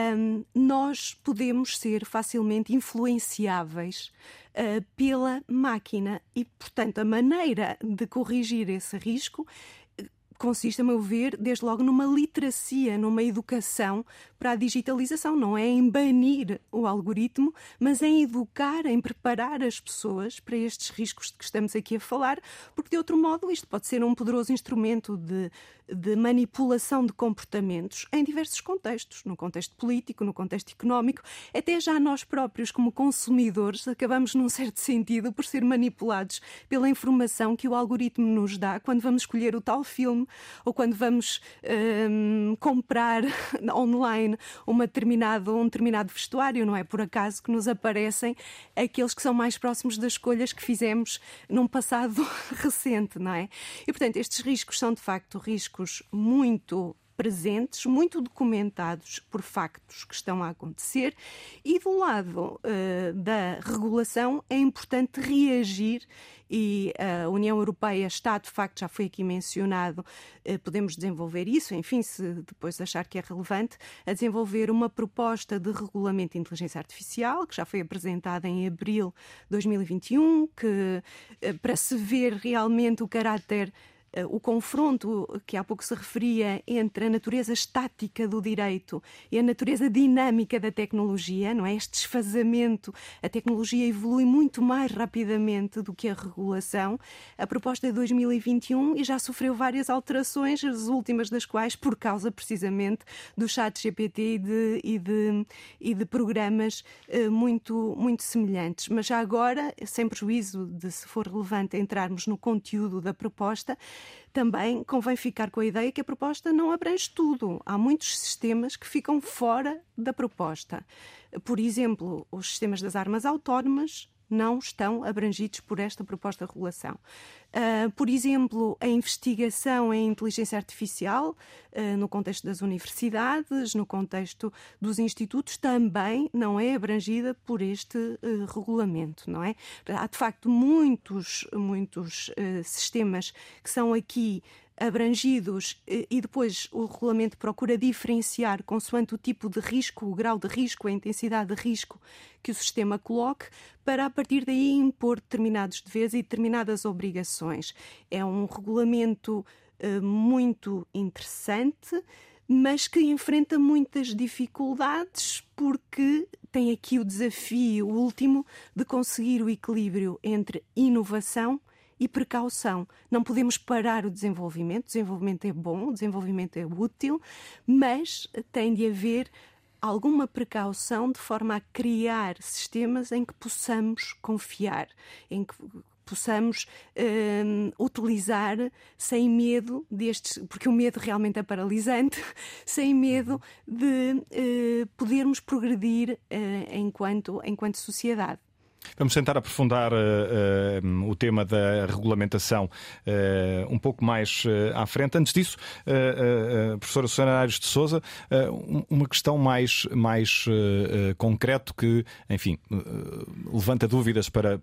Nós podemos ser facilmente influenciáveis pela máquina e, portanto, a maneira de corrigir esse risco consiste, a meu ver, desde logo numa literacia, numa educação para a digitalização. Não é em banir o algoritmo, mas em educar, em preparar as pessoas para estes riscos de que estamos aqui a falar, porque de outro modo isto pode ser um poderoso instrumento de manipulação de comportamentos em diversos contextos, no contexto político, no contexto económico, até já nós próprios como consumidores acabamos num certo sentido por ser manipulados pela informação que o algoritmo nos dá quando vamos escolher o tal filme ou quando vamos comprar online um determinado vestuário. Não é por acaso que nos aparecem aqueles que são mais próximos das escolhas que fizemos num passado recente, não é? E, portanto, estes riscos são, de facto, riscos muito presentes, muito documentados por factos que estão a acontecer e do lado da regulação é importante reagir e a União Europeia está, de facto, já foi aqui mencionado, podemos desenvolver isso, enfim, se depois achar que é relevante, a desenvolver uma proposta de regulamento de inteligência artificial, que já foi apresentada em abril de 2021, que para se ver realmente o caráter o confronto que há pouco se referia entre a natureza estática do direito e a natureza dinâmica da tecnologia, não é? Este desfazamento, a tecnologia evolui muito mais rapidamente do que a regulação. A proposta é de 2021 e já sofreu várias alterações, as últimas das quais por causa precisamente do ChatGPT e de programas muito semelhantes. Mas já agora, sem prejuízo de, se for relevante, entrarmos no conteúdo da proposta, também convém ficar com a ideia que a proposta não abrange tudo. Há muitos sistemas que ficam fora da proposta. Por exemplo, os sistemas das armas autónomas não estão abrangidos por esta proposta de regulação. Por exemplo, a investigação em inteligência artificial, no contexto das universidades, no contexto dos institutos, também não é abrangida por este regulamento, não é? Há, de facto, muitos sistemas que são aqui abrangidos e depois o regulamento procura diferenciar consoante o tipo de risco, o grau de risco, a intensidade de risco que o sistema coloque, para a partir daí impor determinados deveres e determinadas obrigações. É um regulamento muito interessante, mas que enfrenta muitas dificuldades porque tem aqui o desafio último de conseguir o equilíbrio entre inovação e precaução. Não podemos parar o desenvolvimento é bom, o desenvolvimento é útil, mas tem de haver alguma precaução de forma a criar sistemas em que possamos confiar, em que possamos utilizar sem medo destes, porque o medo realmente é paralisante, sem medo de podermos progredir enquanto sociedade. Vamos tentar aprofundar o tema da regulamentação um pouco mais à frente. Antes disso, professora Susana Aires de Sousa, uma questão mais concreto que, enfim, levanta dúvidas para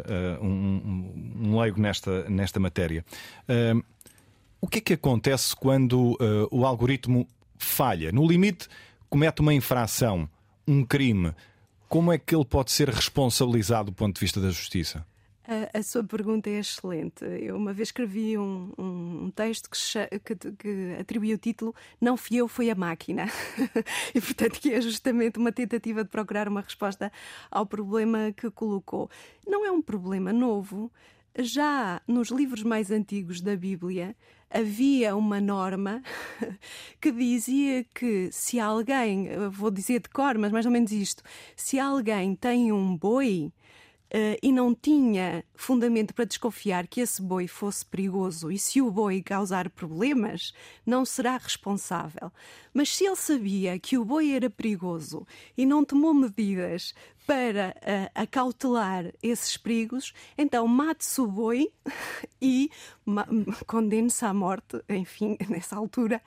um leigo nesta matéria. O que é que acontece quando o algoritmo falha? No limite, comete uma infração, um crime. Como é que ele pode ser responsabilizado do ponto de vista da justiça? A sua pergunta é excelente. Eu uma vez escrevi um texto que atribuía o título "Não fui eu, foi a máquina". E, portanto, que é justamente uma tentativa de procurar uma resposta ao problema que colocou. Não é um problema novo. Já nos livros mais antigos da Bíblia havia uma norma que dizia que se alguém, vou dizer de cor, mas mais ou menos isto, se alguém tem um boi e não tinha fundamento para desconfiar que esse boi fosse perigoso e se o boi causar problemas, não será responsável. Mas se ele sabia que o boi era perigoso e não tomou medidas para acautelar esses perigos, então mate-se o boi e condene-se à morte, enfim, nessa altura.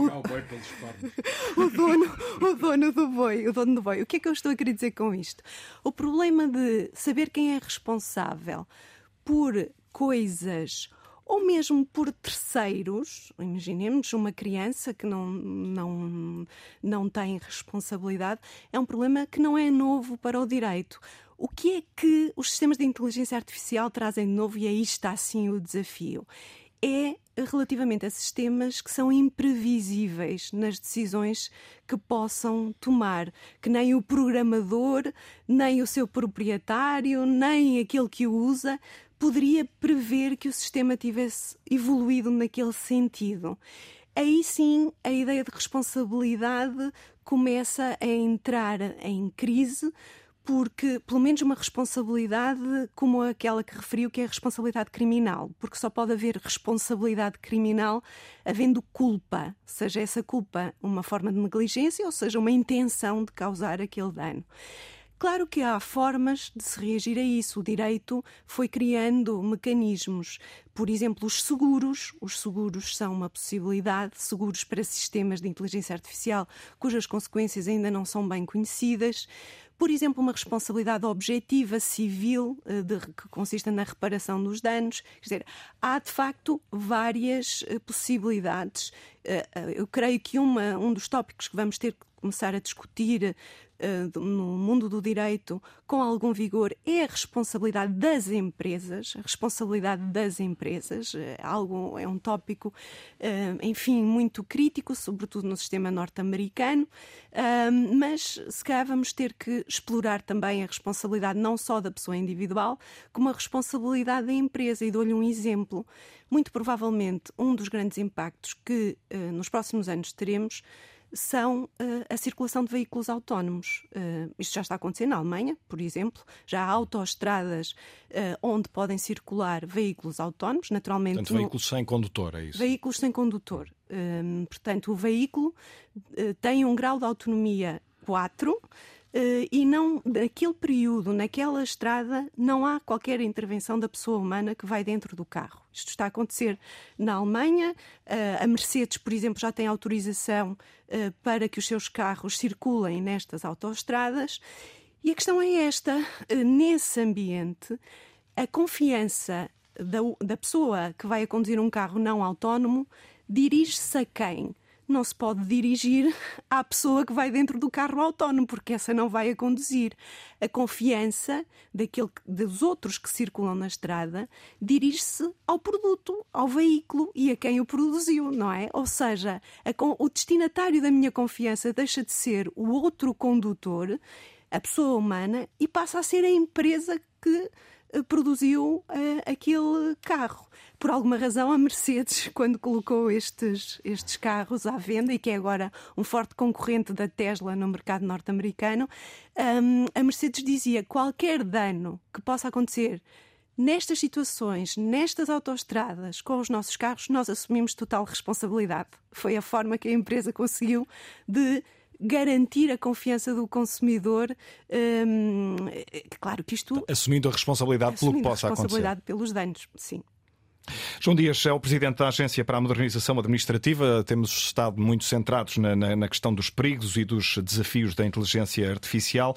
O dono do boi. O que é que eu estou a querer dizer com isto? O problema de saber quem é responsável por coisas ou mesmo por terceiros, imaginemos uma criança que não tem responsabilidade, é um problema que não é novo para o direito. O que é que os sistemas de inteligência artificial trazem de novo, e aí está sim o desafio? É relativamente a sistemas que são imprevisíveis nas decisões que possam tomar, que nem o programador, nem o seu proprietário, nem aquele que o usa poderia prever que o sistema tivesse evoluído naquele sentido. Aí sim a ideia de responsabilidade começa a entrar em crise, porque, pelo menos uma responsabilidade como aquela que referiu, que é a responsabilidade criminal, porque só pode haver responsabilidade criminal havendo culpa, seja essa culpa uma forma de negligência ou seja uma intenção de causar aquele dano. Claro que há formas de se reagir a isso. O direito foi criando mecanismos. Por exemplo, os seguros. Os seguros são uma possibilidade, seguros para sistemas de inteligência artificial cujas consequências ainda não são bem conhecidas. Por exemplo, uma responsabilidade objetiva civil que consiste na reparação dos danos. Quer dizer, há de facto várias possibilidades Eu creio que um dos tópicos que vamos ter que começar a discutir no mundo do direito com algum vigor é a responsabilidade das empresas. A responsabilidade das empresas é um tópico, enfim, muito crítico, sobretudo no sistema norte-americano, mas se calhar vamos ter que explorar também a responsabilidade não só da pessoa individual, como a responsabilidade da empresa. E dou-lhe um exemplo. Muito provavelmente um dos grandes impactos que nos próximos anos teremos são a circulação de veículos autónomos. Isto já está a acontecer na Alemanha, por exemplo. Já há autoestradas onde podem circular veículos autónomos, naturalmente... Portanto, veículos sem condutor, é isso? Veículos sem condutor. Portanto, o veículo tem um grau de autonomia 4 e não, naquele período, naquela estrada, não há qualquer intervenção da pessoa humana que vai dentro do carro. Isto está a acontecer na Alemanha. A Mercedes, por exemplo, já tem autorização para que os seus carros circulem nestas autoestradas. E a questão é esta: nesse ambiente, a confiança da pessoa que vai a conduzir um carro não autónomo dirige-se a quem? Não se pode dirigir à pessoa que vai dentro do carro autónomo, porque essa não vai a conduzir. A confiança dos outros que circulam na estrada dirige-se ao produto, ao veículo e a quem o produziu, não é? Ou seja, o destinatário da minha confiança deixa de ser o outro condutor, a pessoa humana, e passa a ser a empresa que produziu aquele carro. Por alguma razão, a Mercedes, quando colocou estes carros à venda, e que é agora um forte concorrente da Tesla no mercado norte-americano, a Mercedes dizia: qualquer dano que possa acontecer nestas situações, nestas autoestradas, com os nossos carros, nós assumimos total responsabilidade. Foi a forma que a empresa conseguiu de garantir a confiança do consumidor. Claro que isto... Assumindo a responsabilidade pelo que possa acontecer. Assumindo a responsabilidade pelos danos, sim. João Dias é o Presidente da Agência para a Modernização Administrativa. Temos estado muito centrados na questão dos perigos e dos desafios da inteligência artificial.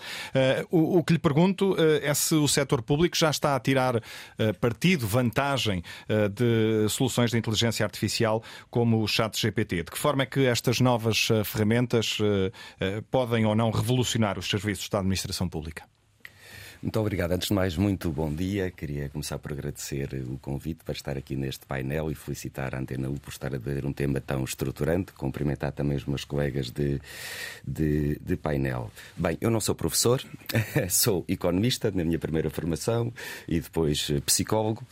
O que lhe pergunto é se o setor público já está a tirar partido, vantagem de soluções de inteligência artificial como o ChatGPT. De que forma é que estas novas ferramentas podem ou não revolucionar os serviços da administração pública? Muito obrigado. Antes de mais, muito bom dia. Queria começar por agradecer o convite para estar aqui neste painel e felicitar a Antena 1 por estar a ver um tema tão estruturante. Cumprimentar também os meus colegas de painel. Bem, eu não sou professor, sou economista na minha primeira formação e depois psicólogo.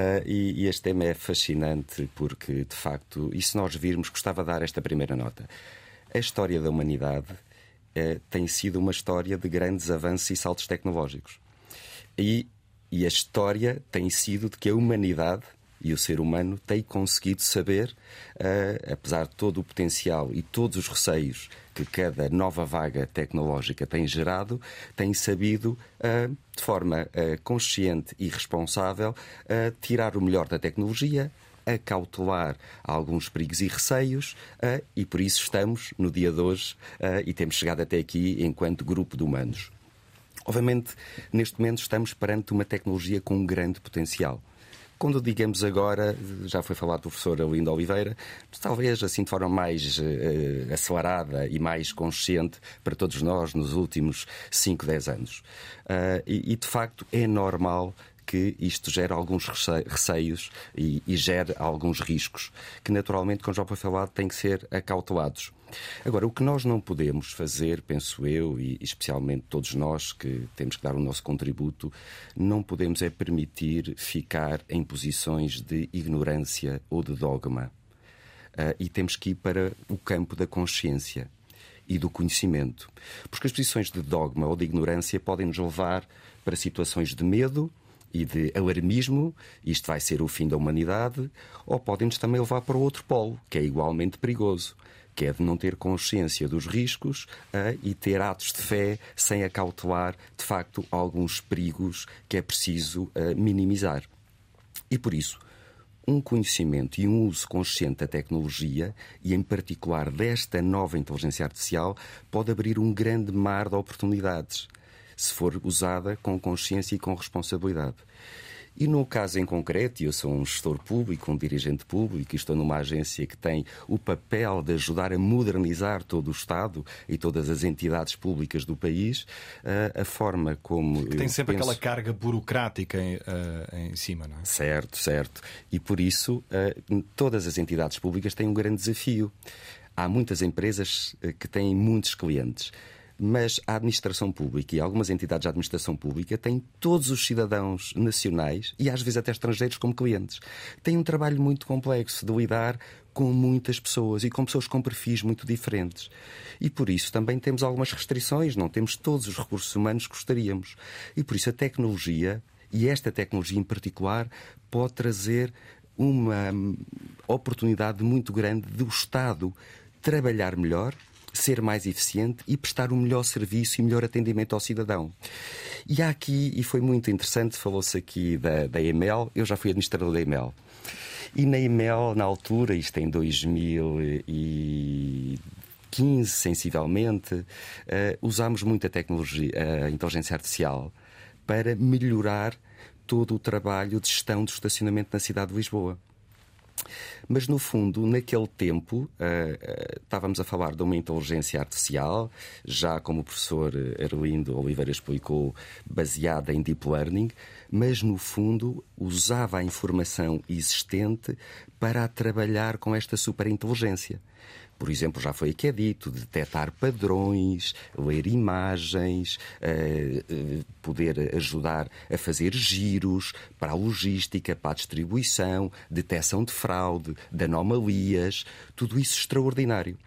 E este tema é fascinante porque, de facto, e se nós virmos, gostava de dar esta primeira nota. A história da humanidade tem sido uma história de grandes avanços e saltos tecnológicos. E a história tem sido de que a humanidade e o ser humano têm conseguido saber, apesar de todo o potencial e todos os receios que cada nova vaga tecnológica tem gerado, tem sabido, de forma consciente e responsável, tirar o melhor da tecnologia, a cautelar alguns perigos e receios, e por isso estamos no dia de hoje e temos chegado até aqui enquanto grupo de humanos. Obviamente, neste momento estamos perante uma tecnologia com um grande potencial. Quando digamos agora, já foi falado pelo professor Arlindo Oliveira, talvez assim de forma mais acelerada e mais consciente para todos nós nos últimos 5, 10 anos. E de facto é normal que isto gera alguns receios e gera alguns riscos que naturalmente, como já foi falado, têm que ser acautelados. Agora, o que nós não podemos fazer, penso eu, e especialmente todos nós que temos que dar o nosso contributo, não podemos é permitir ficar em posições de ignorância ou de dogma. E temos que ir para o campo da consciência e do conhecimento. Porque as posições de dogma ou de ignorância podem nos levar para situações de medo e de alarmismo, isto vai ser o fim da humanidade, ou podem-nos também levar para o outro polo, que é igualmente perigoso, que é de não ter consciência dos riscos e ter atos de fé sem acautelar, de facto, alguns perigos que é preciso minimizar. E por isso, um conhecimento e um uso consciente da tecnologia, e em particular desta nova inteligência artificial, pode abrir um grande mar de oportunidades, se for usada com consciência e com responsabilidade. E no caso em concreto, eu sou um gestor público, um dirigente público, e estou numa agência que tem o papel de ajudar a modernizar todo o Estado e todas as entidades públicas do país, a forma como... Que tem sempre aquela carga burocrática em cima, não é? Certo, certo. E por isso todas as entidades públicas têm um grande desafio. Há muitas empresas que têm muitos clientes, mas a administração pública e algumas entidades de administração pública têm todos os cidadãos nacionais e às vezes até estrangeiros como clientes. Têm um trabalho muito complexo de lidar com muitas pessoas e com pessoas com perfis muito diferentes. E por isso também temos algumas restrições, não temos todos os recursos humanos que gostaríamos. E por isso a tecnologia, e esta tecnologia em particular, pode trazer uma oportunidade muito grande do Estado trabalhar melhor, ser mais eficiente e prestar um melhor serviço e melhor atendimento ao cidadão. E há aqui, e foi muito interessante, falou-se aqui da EML, eu já fui administrador da EML. E na EML, na altura, isto em 2015, sensivelmente, usámos muito a tecnologia, a inteligência artificial, para melhorar todo o trabalho de gestão do estacionamento na cidade de Lisboa. Mas, no fundo, naquele tempo, estávamos a falar de uma inteligência artificial, já como o professor Arlindo Oliveira explicou, baseada em Deep Learning, mas, no fundo, usava a informação existente para trabalhar com esta superinteligência. Por exemplo, já foi aqui dito, detectar padrões, ler imagens, poder ajudar a fazer giros para a logística, para a distribuição, detecção de fraude, de anomalias, tudo isso extraordinário.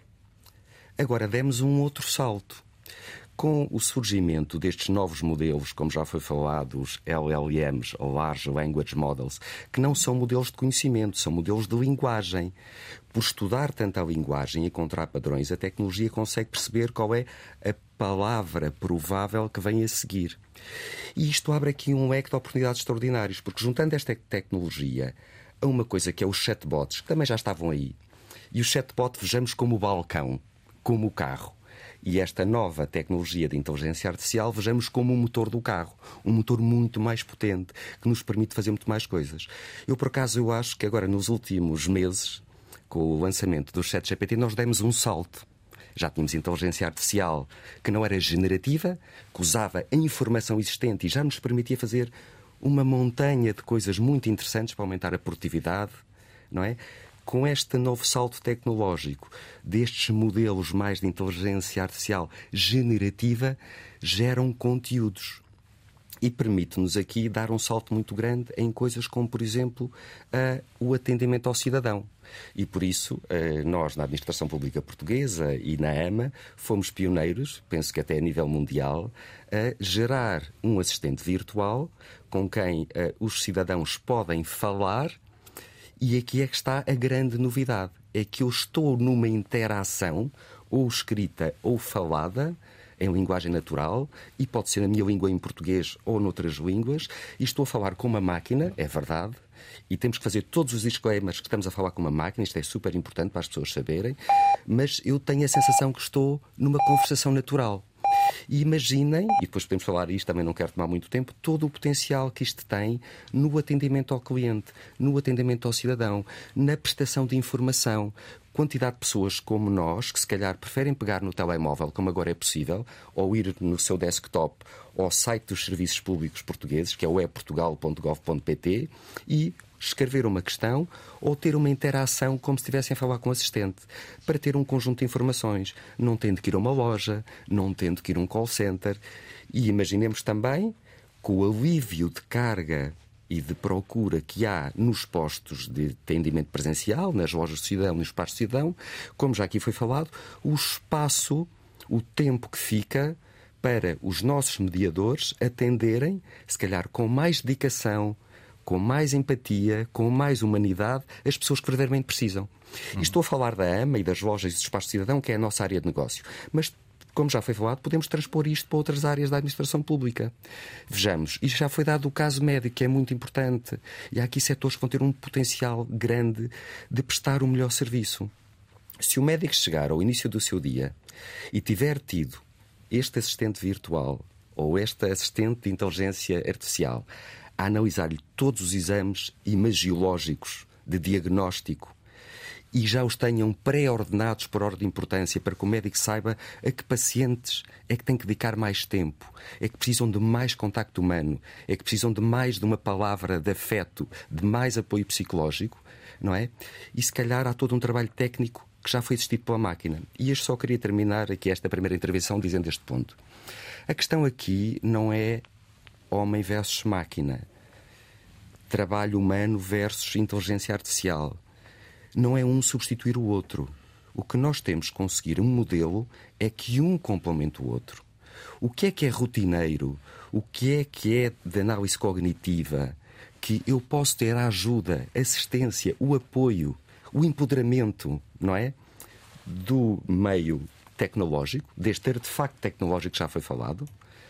Agora, demos um outro salto. Com o surgimento destes novos modelos, como já foi falado, os LLMs, Large Language Models, que não são modelos de conhecimento, são modelos de linguagem. Por estudar tanto a linguagem e encontrar padrões, a tecnologia consegue perceber qual é a palavra provável que vem a seguir. E isto abre aqui um leque de oportunidades extraordinárias, porque juntando esta tecnologia a uma coisa que é os chatbots, que também já estavam aí, e o chatbot vejamos como o balcão, como o carro. E esta nova tecnologia de inteligência artificial vejamos como o motor do carro, um motor muito mais potente, que nos permite fazer muito mais coisas. Por acaso, eu acho que agora, nos últimos meses, com o lançamento do ChatGPT, nós demos um salto. Já tínhamos inteligência artificial que não era generativa, que usava a informação existente e já nos permitia fazer uma montanha de coisas muito interessantes para aumentar a produtividade, não é? Com este novo salto tecnológico, destes modelos mais de inteligência artificial generativa, geram conteúdos. E permite-nos aqui dar um salto muito grande em coisas como, por exemplo, o atendimento ao cidadão. E por isso, nós, na Administração Pública Portuguesa e na AMA, fomos pioneiros, penso que até a nível mundial, a gerar um assistente virtual com quem os cidadãos podem falar. E aqui é que está a grande novidade. É que eu estou numa interação, ou escrita ou falada, em linguagem natural, e pode ser na minha língua em português ou noutras línguas, e estou a falar com uma máquina, é verdade, e temos que fazer todos os disclaimers que estamos a falar com uma máquina, isto é super importante para as pessoas saberem, mas eu tenho a sensação que estou numa conversação natural. E imaginem, e depois podemos falar isto, também não quero tomar muito tempo, todo o potencial que isto tem no atendimento ao cliente, no atendimento ao cidadão, na prestação de informação. Quantidade de pessoas como nós, que se calhar preferem pegar no telemóvel, como agora é possível, ou ir no seu desktop ao site dos serviços públicos portugueses, que é o eportugal.gov.pt, e escrever uma questão ou ter uma interação como se estivessem a falar com o assistente, para ter um conjunto de informações, não tendo que ir a uma loja, não tendo que ir a um call center. E imaginemos também, com o alívio de carga e de procura que há nos postos de atendimento presencial, nas lojas do cidadão, nos espaços do cidadão, como já aqui foi falado, o espaço, o tempo que fica para os nossos mediadores atenderem, se calhar com mais dedicação, com mais empatia, com mais humanidade, as pessoas que verdadeiramente precisam. E estou a falar da AMA e das lojas e dos espaços de cidadão, que é a nossa área de negócio. Mas, como já foi falado, podemos transpor isto para outras áreas da administração pública. Vejamos, isto já foi dado o caso médico, que é muito importante. E há aqui setores que vão ter um potencial grande de prestar um melhor serviço. Se o médico chegar ao início do seu dia e tiver tido este assistente virtual ou este assistente de inteligência artificial a analisar-lhe todos os exames imagiológicos de diagnóstico e já os tenham pré-ordenados por ordem de importância, para que o médico saiba a que pacientes é que tem que dedicar mais tempo, é que precisam de mais contacto humano, é que precisam de mais de uma palavra de afeto, de mais apoio psicológico, não é? E se calhar há todo um trabalho técnico que já foi assistido pela máquina. E eu só queria terminar aqui esta primeira intervenção dizendo este ponto. A questão aqui não é homem versus máquina, trabalho humano versus inteligência artificial. Não é um substituir o outro. O que nós temos que conseguir um modelo é que um complemente o outro. O que é rotineiro? O que é de análise cognitiva? Que eu posso ter a ajuda, assistência, o apoio, o empoderamento, não é? Do meio tecnológico, deste artefacto tecnológico que já foi falado,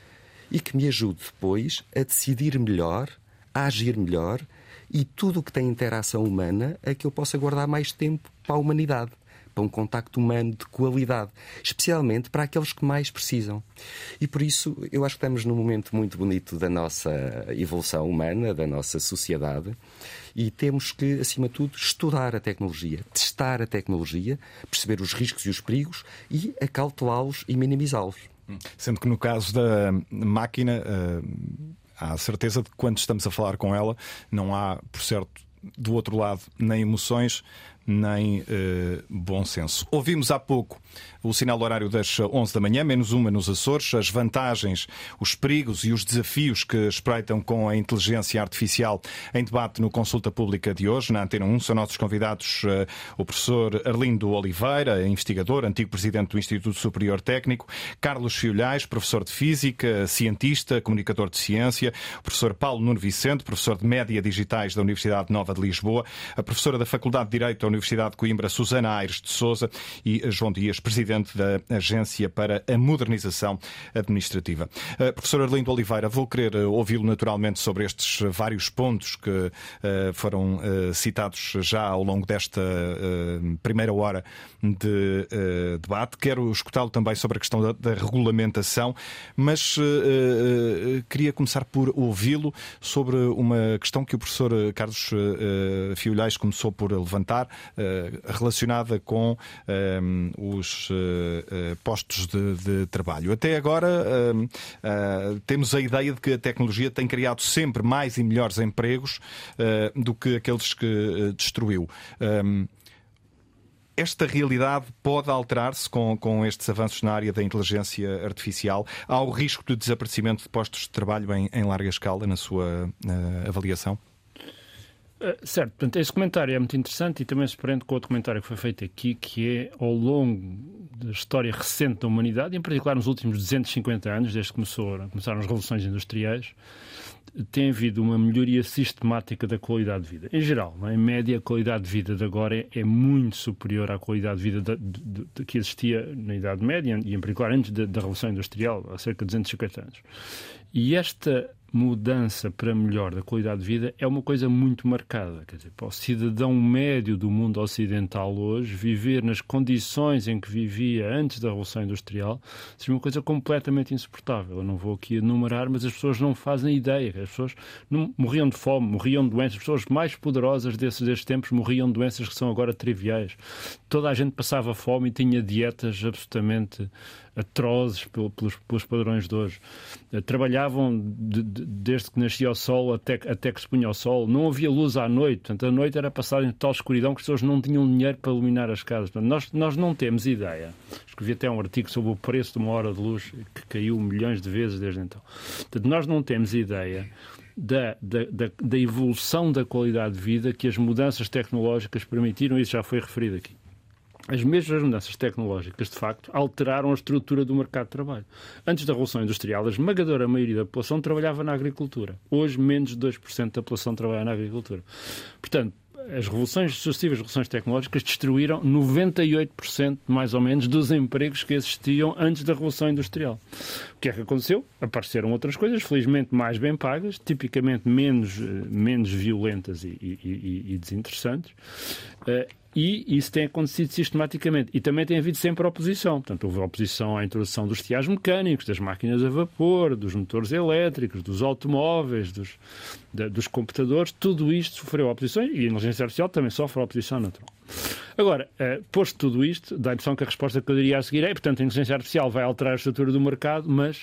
e que me ajude depois a decidir melhor, a agir melhor, e tudo o que tem interação humana é que eu possa guardar mais tempo para a humanidade, para um contacto humano de qualidade, especialmente para aqueles que mais precisam. E por isso eu acho que estamos num momento muito bonito da nossa evolução humana, da nossa sociedade, e temos que, acima de tudo, estudar a tecnologia, testar a tecnologia, perceber os riscos e os perigos e acautelá-los e minimizá-los. Sendo que no caso da máquina, há a certeza de que quando estamos a falar com ela não há, por certo, do outro lado, nem emoções, nem bom senso. Ouvimos há pouco o sinal horário das 11 da manhã, menos uma nos Açores, as vantagens, os perigos e os desafios que espreitam com a inteligência artificial em debate no Consulta Pública de hoje, na Antena 1. São nossos convidados o professor Arlindo Oliveira, investigador, antigo presidente do Instituto Superior Técnico, Carlos Fiolhais, professor de Física, cientista, comunicador de ciência, o professor Paulo Nuno Vicente, professor de Média Digitais da Universidade Nova de Lisboa, a professora da Faculdade de Direito da Universidade de Coimbra, Susana Aires de Sousa, e João Dias, presidente da Agência para a Modernização Administrativa. Professor Arlindo Oliveira, vou querer ouvi-lo naturalmente sobre estes vários pontos que foram citados já ao longo desta primeira hora de debate. Quero escutá-lo também sobre a questão da regulamentação, mas queria começar por ouvi-lo sobre uma questão que o professor Carlos Fiolhais começou por levantar, relacionada com os postos de trabalho. Até agora temos a ideia de que a tecnologia tem criado sempre mais e melhores empregos do que aqueles que destruiu. Esta realidade pode alterar-se com estes avanços na área da inteligência artificial? Há o risco de desaparecimento de postos de trabalho em larga escala, na sua avaliação? Certo, portanto, esse comentário é muito interessante e também se prende com outro comentário que foi feito aqui, que é, ao longo da história recente da humanidade, em particular nos últimos 250 anos, desde que começaram as revoluções industriais, tem havido uma melhoria sistemática da qualidade de vida. Em geral, em média, a qualidade de vida de agora é muito superior à qualidade de vida que existia na Idade Média e, em particular, antes da Revolução Industrial, há cerca de 250 anos. E esta mudança para melhor da qualidade de vida é uma coisa muito marcada. Quer dizer, para o cidadão médio do mundo ocidental hoje, viver nas condições em que vivia antes da Revolução Industrial seria uma coisa completamente insuportável. Eu não vou aqui enumerar, mas as pessoas não fazem ideia. As pessoas morriam de fome, morriam de doenças. As pessoas mais poderosas desses tempos morriam de doenças que são agora triviais. Toda a gente passava fome e tinha dietas absolutamente atrozes pelos padrões de hoje. Trabalhavam desde que nascia o sol até que se punha o sol. Não havia luz à noite. Portanto, a noite era passada em total escuridão que as pessoas não tinham dinheiro para iluminar as casas. Portanto, nós não temos ideia. Escrevi até um artigo sobre o preço de uma hora de luz que caiu milhões de vezes desde então. Portanto, nós não temos ideia da evolução da qualidade de vida que as mudanças tecnológicas permitiram. Isso já foi referido aqui. As mesmas mudanças tecnológicas, de facto, alteraram a estrutura do mercado de trabalho. Antes da Revolução Industrial, a esmagadora maioria da população trabalhava na agricultura. Hoje, menos de 2% da população trabalha na agricultura. Portanto, as sucessivas revoluções tecnológicas destruíram 98%, mais ou menos, dos empregos que existiam antes da Revolução Industrial. O que é que aconteceu? Apareceram outras coisas, felizmente mais bem pagas, tipicamente menos violentas e desinteressantes. E isso tem acontecido sistematicamente. E também tem havido sempre oposição. Portanto, houve oposição à introdução dos teares mecânicos, das máquinas a vapor, dos motores elétricos, dos automóveis, dos computadores. Tudo isto sofreu oposição e a inteligência artificial também sofre oposição natural. Agora, posto tudo isto, dá a impressão que a resposta que eu diria a seguir é, portanto, a inteligência artificial vai alterar a estrutura do mercado, mas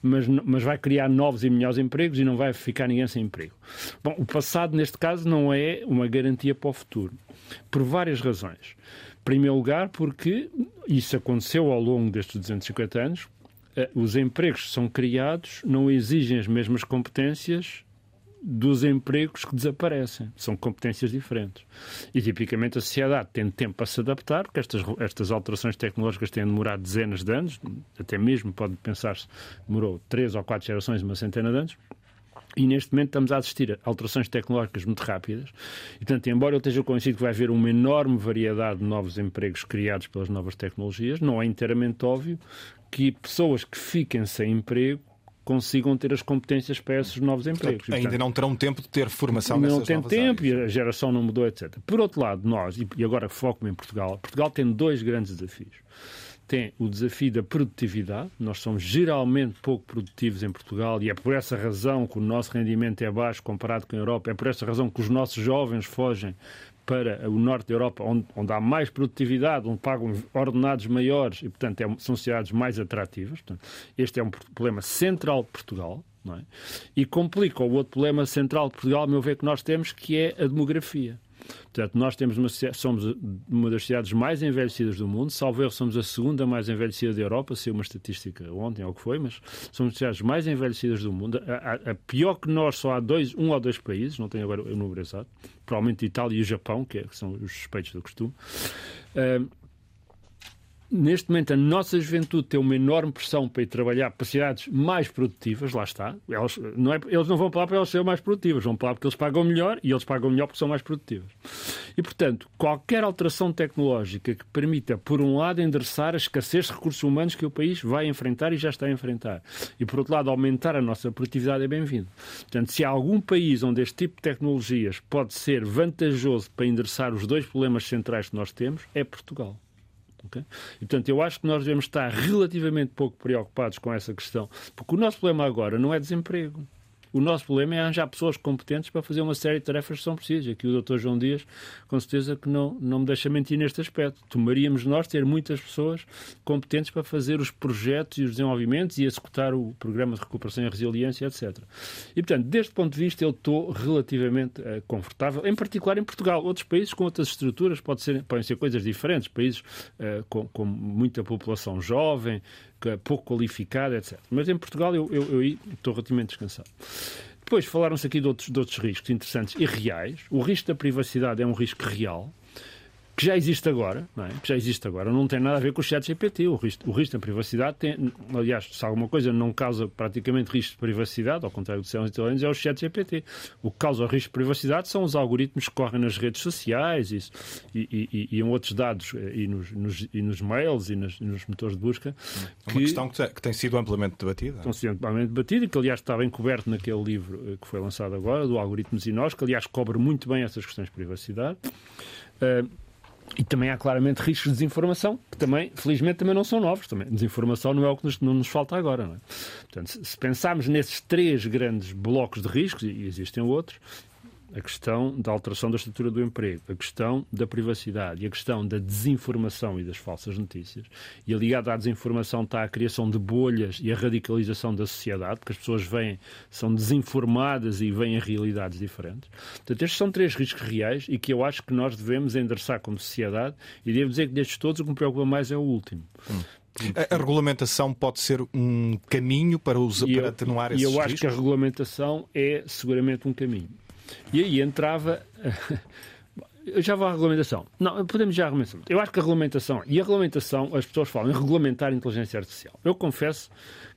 vai criar novos e melhores empregos e não vai ficar ninguém sem emprego. Bom, o passado, neste caso, não é uma garantia para o futuro, por várias razões. Em primeiro lugar, porque isso aconteceu ao longo destes 250 anos, os empregos que são criados não exigem as mesmas competências dos empregos que desaparecem. São competências diferentes. E, tipicamente, a sociedade tem tempo para se adaptar, porque estas alterações tecnológicas têm demorado dezenas de anos, até mesmo, pode pensar-se, demorou 3 ou 4 gerações, uma centena de anos, e, neste momento, estamos a assistir a alterações tecnológicas muito rápidas. E, portanto, embora eu esteja convencido que vai haver uma enorme variedade de novos empregos criados pelas novas tecnologias, não é inteiramente óbvio que pessoas que fiquem sem emprego consigam ter as competências para esses novos empregos. Portanto, ainda não terão tempo de ter formação nessas novas áreas. Não tem tempo e a geração não mudou, etc. Por outro lado, nós, e agora foco-me em Portugal tem 2 grandes desafios. Tem o desafio da produtividade. Nós somos geralmente pouco produtivos em Portugal e é por essa razão que o nosso rendimento é baixo comparado com a Europa. É por essa razão que os nossos jovens fogem para o norte da Europa, onde há mais produtividade, onde pagam ordenados maiores e, portanto, são sociedades mais atrativas. Portanto, este é um problema central de Portugal, não é? E complica o outro problema central de Portugal, a meu ver, que nós temos, que é a demografia. Portanto, nós somos uma das cidades mais envelhecidas do mundo, salvo erro, somos a segunda mais envelhecida da Europa, saiu uma estatística ontem, ou o que foi, mas somos as cidades mais envelhecidas do mundo. A pior que nós, só há 1 ou 2 países, não tenho agora o número exato, provavelmente a Itália e o Japão, que são os suspeitos do costume. Neste momento, a nossa juventude tem uma enorme pressão para ir trabalhar para cidades mais produtivas, lá está. Eles não vão para lá para elas serem mais produtivas, vão para lá porque eles pagam melhor e eles pagam melhor porque são mais produtivas. E, portanto, qualquer alteração tecnológica que permita, por um lado, endereçar a escassez de recursos humanos que o país vai enfrentar e já está a enfrentar, e, por outro lado, aumentar a nossa produtividade é bem-vindo. Portanto, se há algum país onde este tipo de tecnologias pode ser vantajoso para endereçar os 2 problemas centrais que nós temos, é Portugal. Okay? E, portanto, eu acho que nós devemos estar relativamente pouco preocupados com essa questão, porque o nosso problema agora não é desemprego. O nosso problema é arranjar pessoas competentes para fazer uma série de tarefas que são precisas. Aqui o Dr. João Dias, com certeza que não me deixa mentir neste aspecto. Tomaríamos nós ter muitas pessoas competentes para fazer os projetos e os desenvolvimentos e executar o programa de recuperação e resiliência, etc. E, portanto, deste ponto de vista, eu estou relativamente confortável, em particular em Portugal. Outros países com outras estruturas podem ser coisas diferentes. Países com muita população jovem, pouco qualificada, etc. Mas em Portugal eu estou relativamente descansado. Depois falaram-se aqui de outros riscos interessantes e reais. O risco da privacidade é um risco real, que já existe agora, não é? Que já existe agora. Não tem nada a ver com o ChatGPT. O risco da privacidade tem, aliás, se alguma coisa não causa praticamente risco de privacidade, ao contrário do Céus Italianos, é o ChatGPT. O que causa o risco de privacidade são os algoritmos que correm nas redes sociais e em outros dados, e nos mails e nos motores de busca. Uma questão que tem sido amplamente debatida. Tem sido amplamente debatida e que, aliás, está bem coberto naquele livro que foi lançado agora, do Algoritmos e Nós, que, aliás, cobre muito bem essas questões de privacidade. E também há claramente riscos de desinformação, que também, felizmente, também não são novos. Também. Desinformação não é o que não nos falta agora. Não é? Portanto, se pensarmos nesses 3 grandes blocos de riscos, e existem outros, a questão da alteração da estrutura do emprego, a questão da privacidade e a questão da desinformação e das falsas notícias. E ligado à desinformação está a criação de bolhas e a radicalização da sociedade, porque as pessoas são desinformadas e veem realidades diferentes. Portanto, estes são 3 riscos reais e que eu acho que nós devemos endereçar como sociedade, e devo dizer que destes todos o que me preocupa mais é o último. A regulamentação pode ser um caminho para atenuar esses riscos? E eu acho que a regulamentação é seguramente um caminho. E aí entrava... Eu já vou à regulamentação. Não, podemos já à regulamentação. Eu acho que a regulamentação... E a regulamentação, as pessoas falam em regulamentar a inteligência artificial. Eu confesso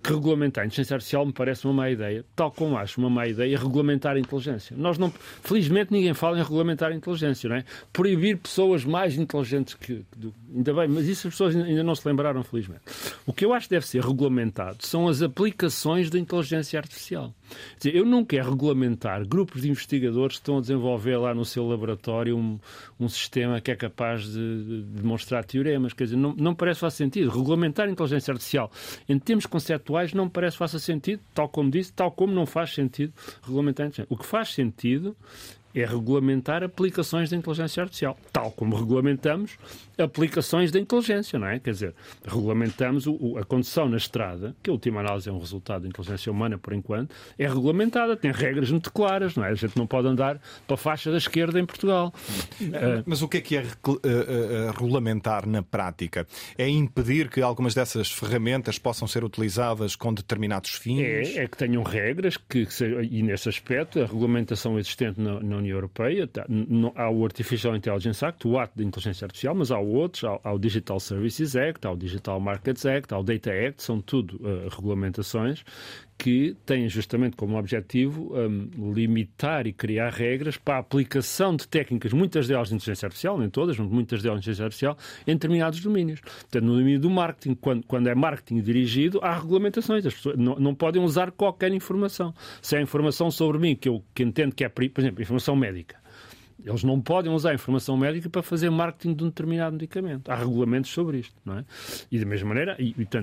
que regulamentar a inteligência artificial me parece uma má ideia, tal como acho uma má ideia regulamentar a inteligência. Felizmente ninguém fala em regulamentar a inteligência, não é? Proibir pessoas mais inteligentes ainda bem, mas isso as pessoas ainda não se lembraram, felizmente. O que eu acho que deve ser regulamentado são as aplicações da inteligência artificial. Quer dizer, eu não quero regulamentar grupos de investigadores que estão a desenvolver lá no seu laboratório um sistema que é capaz de demonstrar teoremas. Quer dizer, não parece fazer sentido. Regulamentar a inteligência artificial em termos conceptuais não parece fazer sentido, tal como disse, tal como não faz sentido regulamentar a inteligência. O que faz sentido é regulamentar aplicações da inteligência artificial, tal como regulamentamos aplicações da inteligência, não é? Quer dizer, regulamentamos a condução na estrada, que a última análise é um resultado da inteligência humana, por enquanto, é regulamentada, tem regras muito claras, não é? A gente não pode andar para a faixa da esquerda em Portugal. Mas o que é regulamentar na prática? É impedir que algumas dessas ferramentas possam ser utilizadas com determinados fins? É que tenham regras, e nesse aspecto, a regulamentação existente na União Europeia, há o Artificial Intelligence Act, o ato da inteligência artificial, mas há outros, há o Digital Services Act, há o Digital Markets Act, há o Data Act, são tudo regulamentações que têm justamente como objetivo limitar e criar regras para a aplicação de técnicas, muitas delas de inteligência artificial, nem todas, mas muitas delas de inteligência artificial, em determinados domínios. Portanto, no domínio do marketing, quando é marketing dirigido, há regulamentações. As pessoas não podem usar qualquer informação. Se é informação sobre mim que entendo que é, por exemplo, informação médica, eles não podem usar a informação médica para fazer marketing de um determinado medicamento. Há regulamentos sobre isto, não é? E da mesma maneira,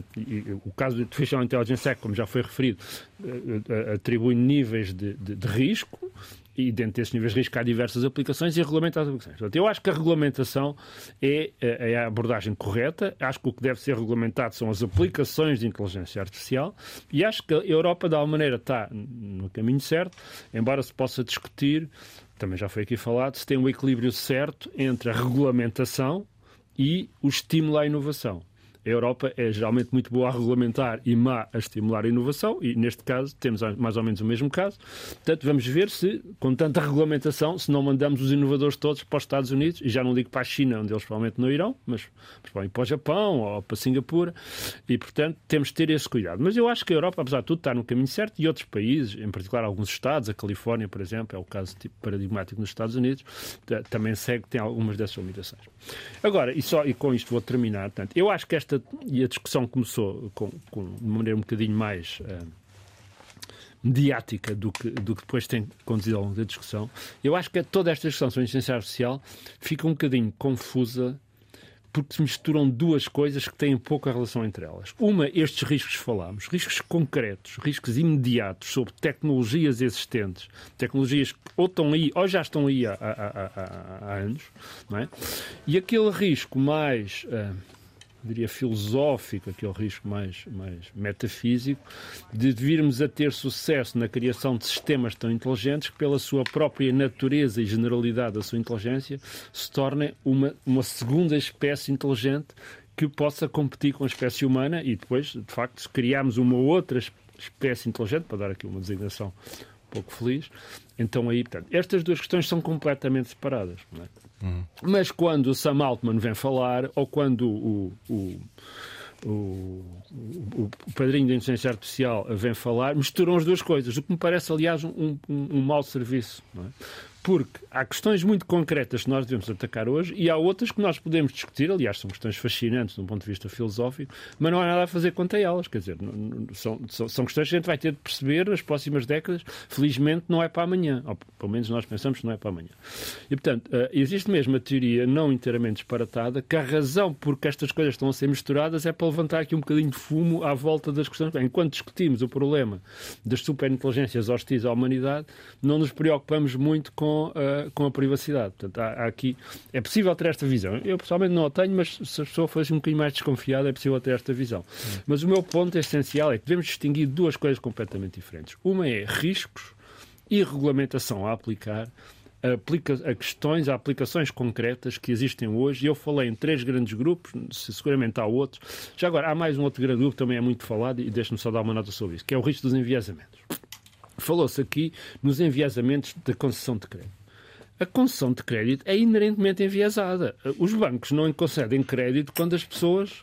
o caso do Artificial Intelligence Act, como já foi referido, atribui níveis de risco, e dentro desses níveis de risco há diversas aplicações e regulamenta as aplicações. Portanto, eu acho que a regulamentação é a abordagem correta. Acho que o que deve ser regulamentado são as aplicações de inteligência artificial e acho que a Europa, de alguma maneira, está no caminho certo, embora se possa discutir, também já foi aqui falado, se tem um equilíbrio certo entre a regulamentação e o estímulo à inovação. A Europa é geralmente muito boa a regulamentar e má a estimular a inovação e, neste caso, temos mais ou menos o mesmo caso. Portanto, vamos ver se, com tanta regulamentação, se não mandamos os inovadores todos para os Estados Unidos, e já não digo para a China, onde eles provavelmente não irão, mas podem ir para o Japão ou para Singapura, e, portanto, temos de ter esse cuidado. Mas eu acho que a Europa, apesar de tudo, está no caminho certo, e outros países, em particular alguns estados, a Califórnia, por exemplo, é o caso tipo paradigmático nos Estados Unidos, também tem algumas dessas limitações. Agora, e com isto vou terminar, portanto, eu acho que e a discussão começou de maneira um bocadinho mais mediática do que depois tem conduzido ao longo da discussão. Eu acho que toda esta discussão sobre a inteligência artificial fica um bocadinho confusa porque se misturam duas coisas que têm pouca relação entre elas. Uma, estes riscos que falámos, riscos concretos, riscos imediatos sobre tecnologias existentes, tecnologias que ou estão aí ou já estão aí há anos, não é? E aquele risco mais diria filosófico, aquele risco mais metafísico, de virmos a ter sucesso na criação de sistemas tão inteligentes que, pela sua própria natureza e generalidade da sua inteligência, se tornem uma segunda espécie inteligente que possa competir com a espécie humana e depois, de facto, se criarmos uma outra espécie inteligente, para dar aqui uma designação um pouco feliz, então aí, portanto, estas duas questões são completamente separadas, não é? Mas quando o Sam Altman vem falar, ou quando o padrinho da inteligência artificial vem falar, misturam as duas coisas, o que me parece, aliás, um mau serviço, não é? Porque há questões muito concretas que nós devemos atacar hoje e há outras que nós podemos discutir, aliás, são questões fascinantes do ponto de vista filosófico, mas não há nada a fazer quanto a elas. Quer dizer, são questões que a gente vai ter de perceber nas próximas décadas. Felizmente não é para amanhã, ou pelo menos nós pensamos que não é para amanhã. E, portanto, existe mesmo a teoria não inteiramente disparatada que a razão por que estas coisas estão a ser misturadas é para levantar aqui um bocadinho de fumo à volta das questões. Bem, enquanto discutimos o problema das superinteligências hostis à humanidade, não nos preocupamos muito com a privacidade. Portanto, aqui é possível ter esta visão. Eu pessoalmente não a tenho, mas se a pessoa fosse um bocadinho mais desconfiada, é possível ter esta visão. Mas o meu ponto essencial é que devemos distinguir duas coisas completamente diferentes. Uma é riscos e regulamentação a aplicar a questões, a aplicações concretas que existem hoje. Eu falei em 3 grandes grupos, seguramente há outros. Já agora, há mais um outro grande grupo que também é muito falado, e deixe-me só dar uma nota sobre isso, que é o risco dos enviesamentos. Falou-se aqui nos enviesamentos da concessão de crédito. A concessão de crédito é inerentemente enviesada. Os bancos não concedem crédito quando as pessoas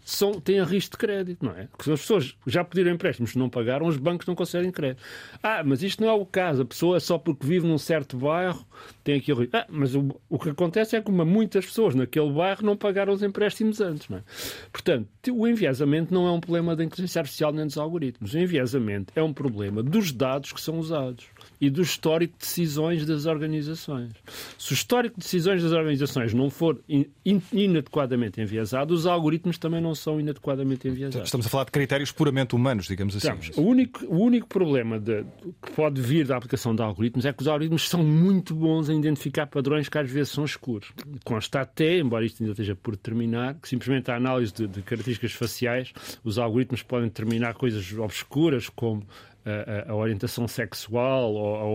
têm risco de crédito, não é? Porque as pessoas já pediram empréstimos, não pagaram, os bancos não concedem crédito. Mas isto não é o caso. A pessoa, só porque vive num certo bairro, tem aqui o risco. Mas o que acontece é que muitas pessoas naquele bairro não pagaram os empréstimos antes, não é? Portanto, o enviesamento não é um problema da inteligência artificial nem dos algoritmos. O enviesamento é um problema dos dados que são usados e do histórico de decisões das organizações. Se o histórico de decisões das organizações não for inadequadamente enviesado, os algoritmos também não são inadequadamente enviesados. Estamos a falar de critérios puramente humanos, digamos assim. O único problema que pode vir da aplicação de algoritmos é que os algoritmos são muito bons em identificar padrões que às vezes são escuros. Consta até, embora isto ainda esteja por determinar, que simplesmente a análise de características faciais, os algoritmos podem determinar coisas obscuras como a orientação sexual ou a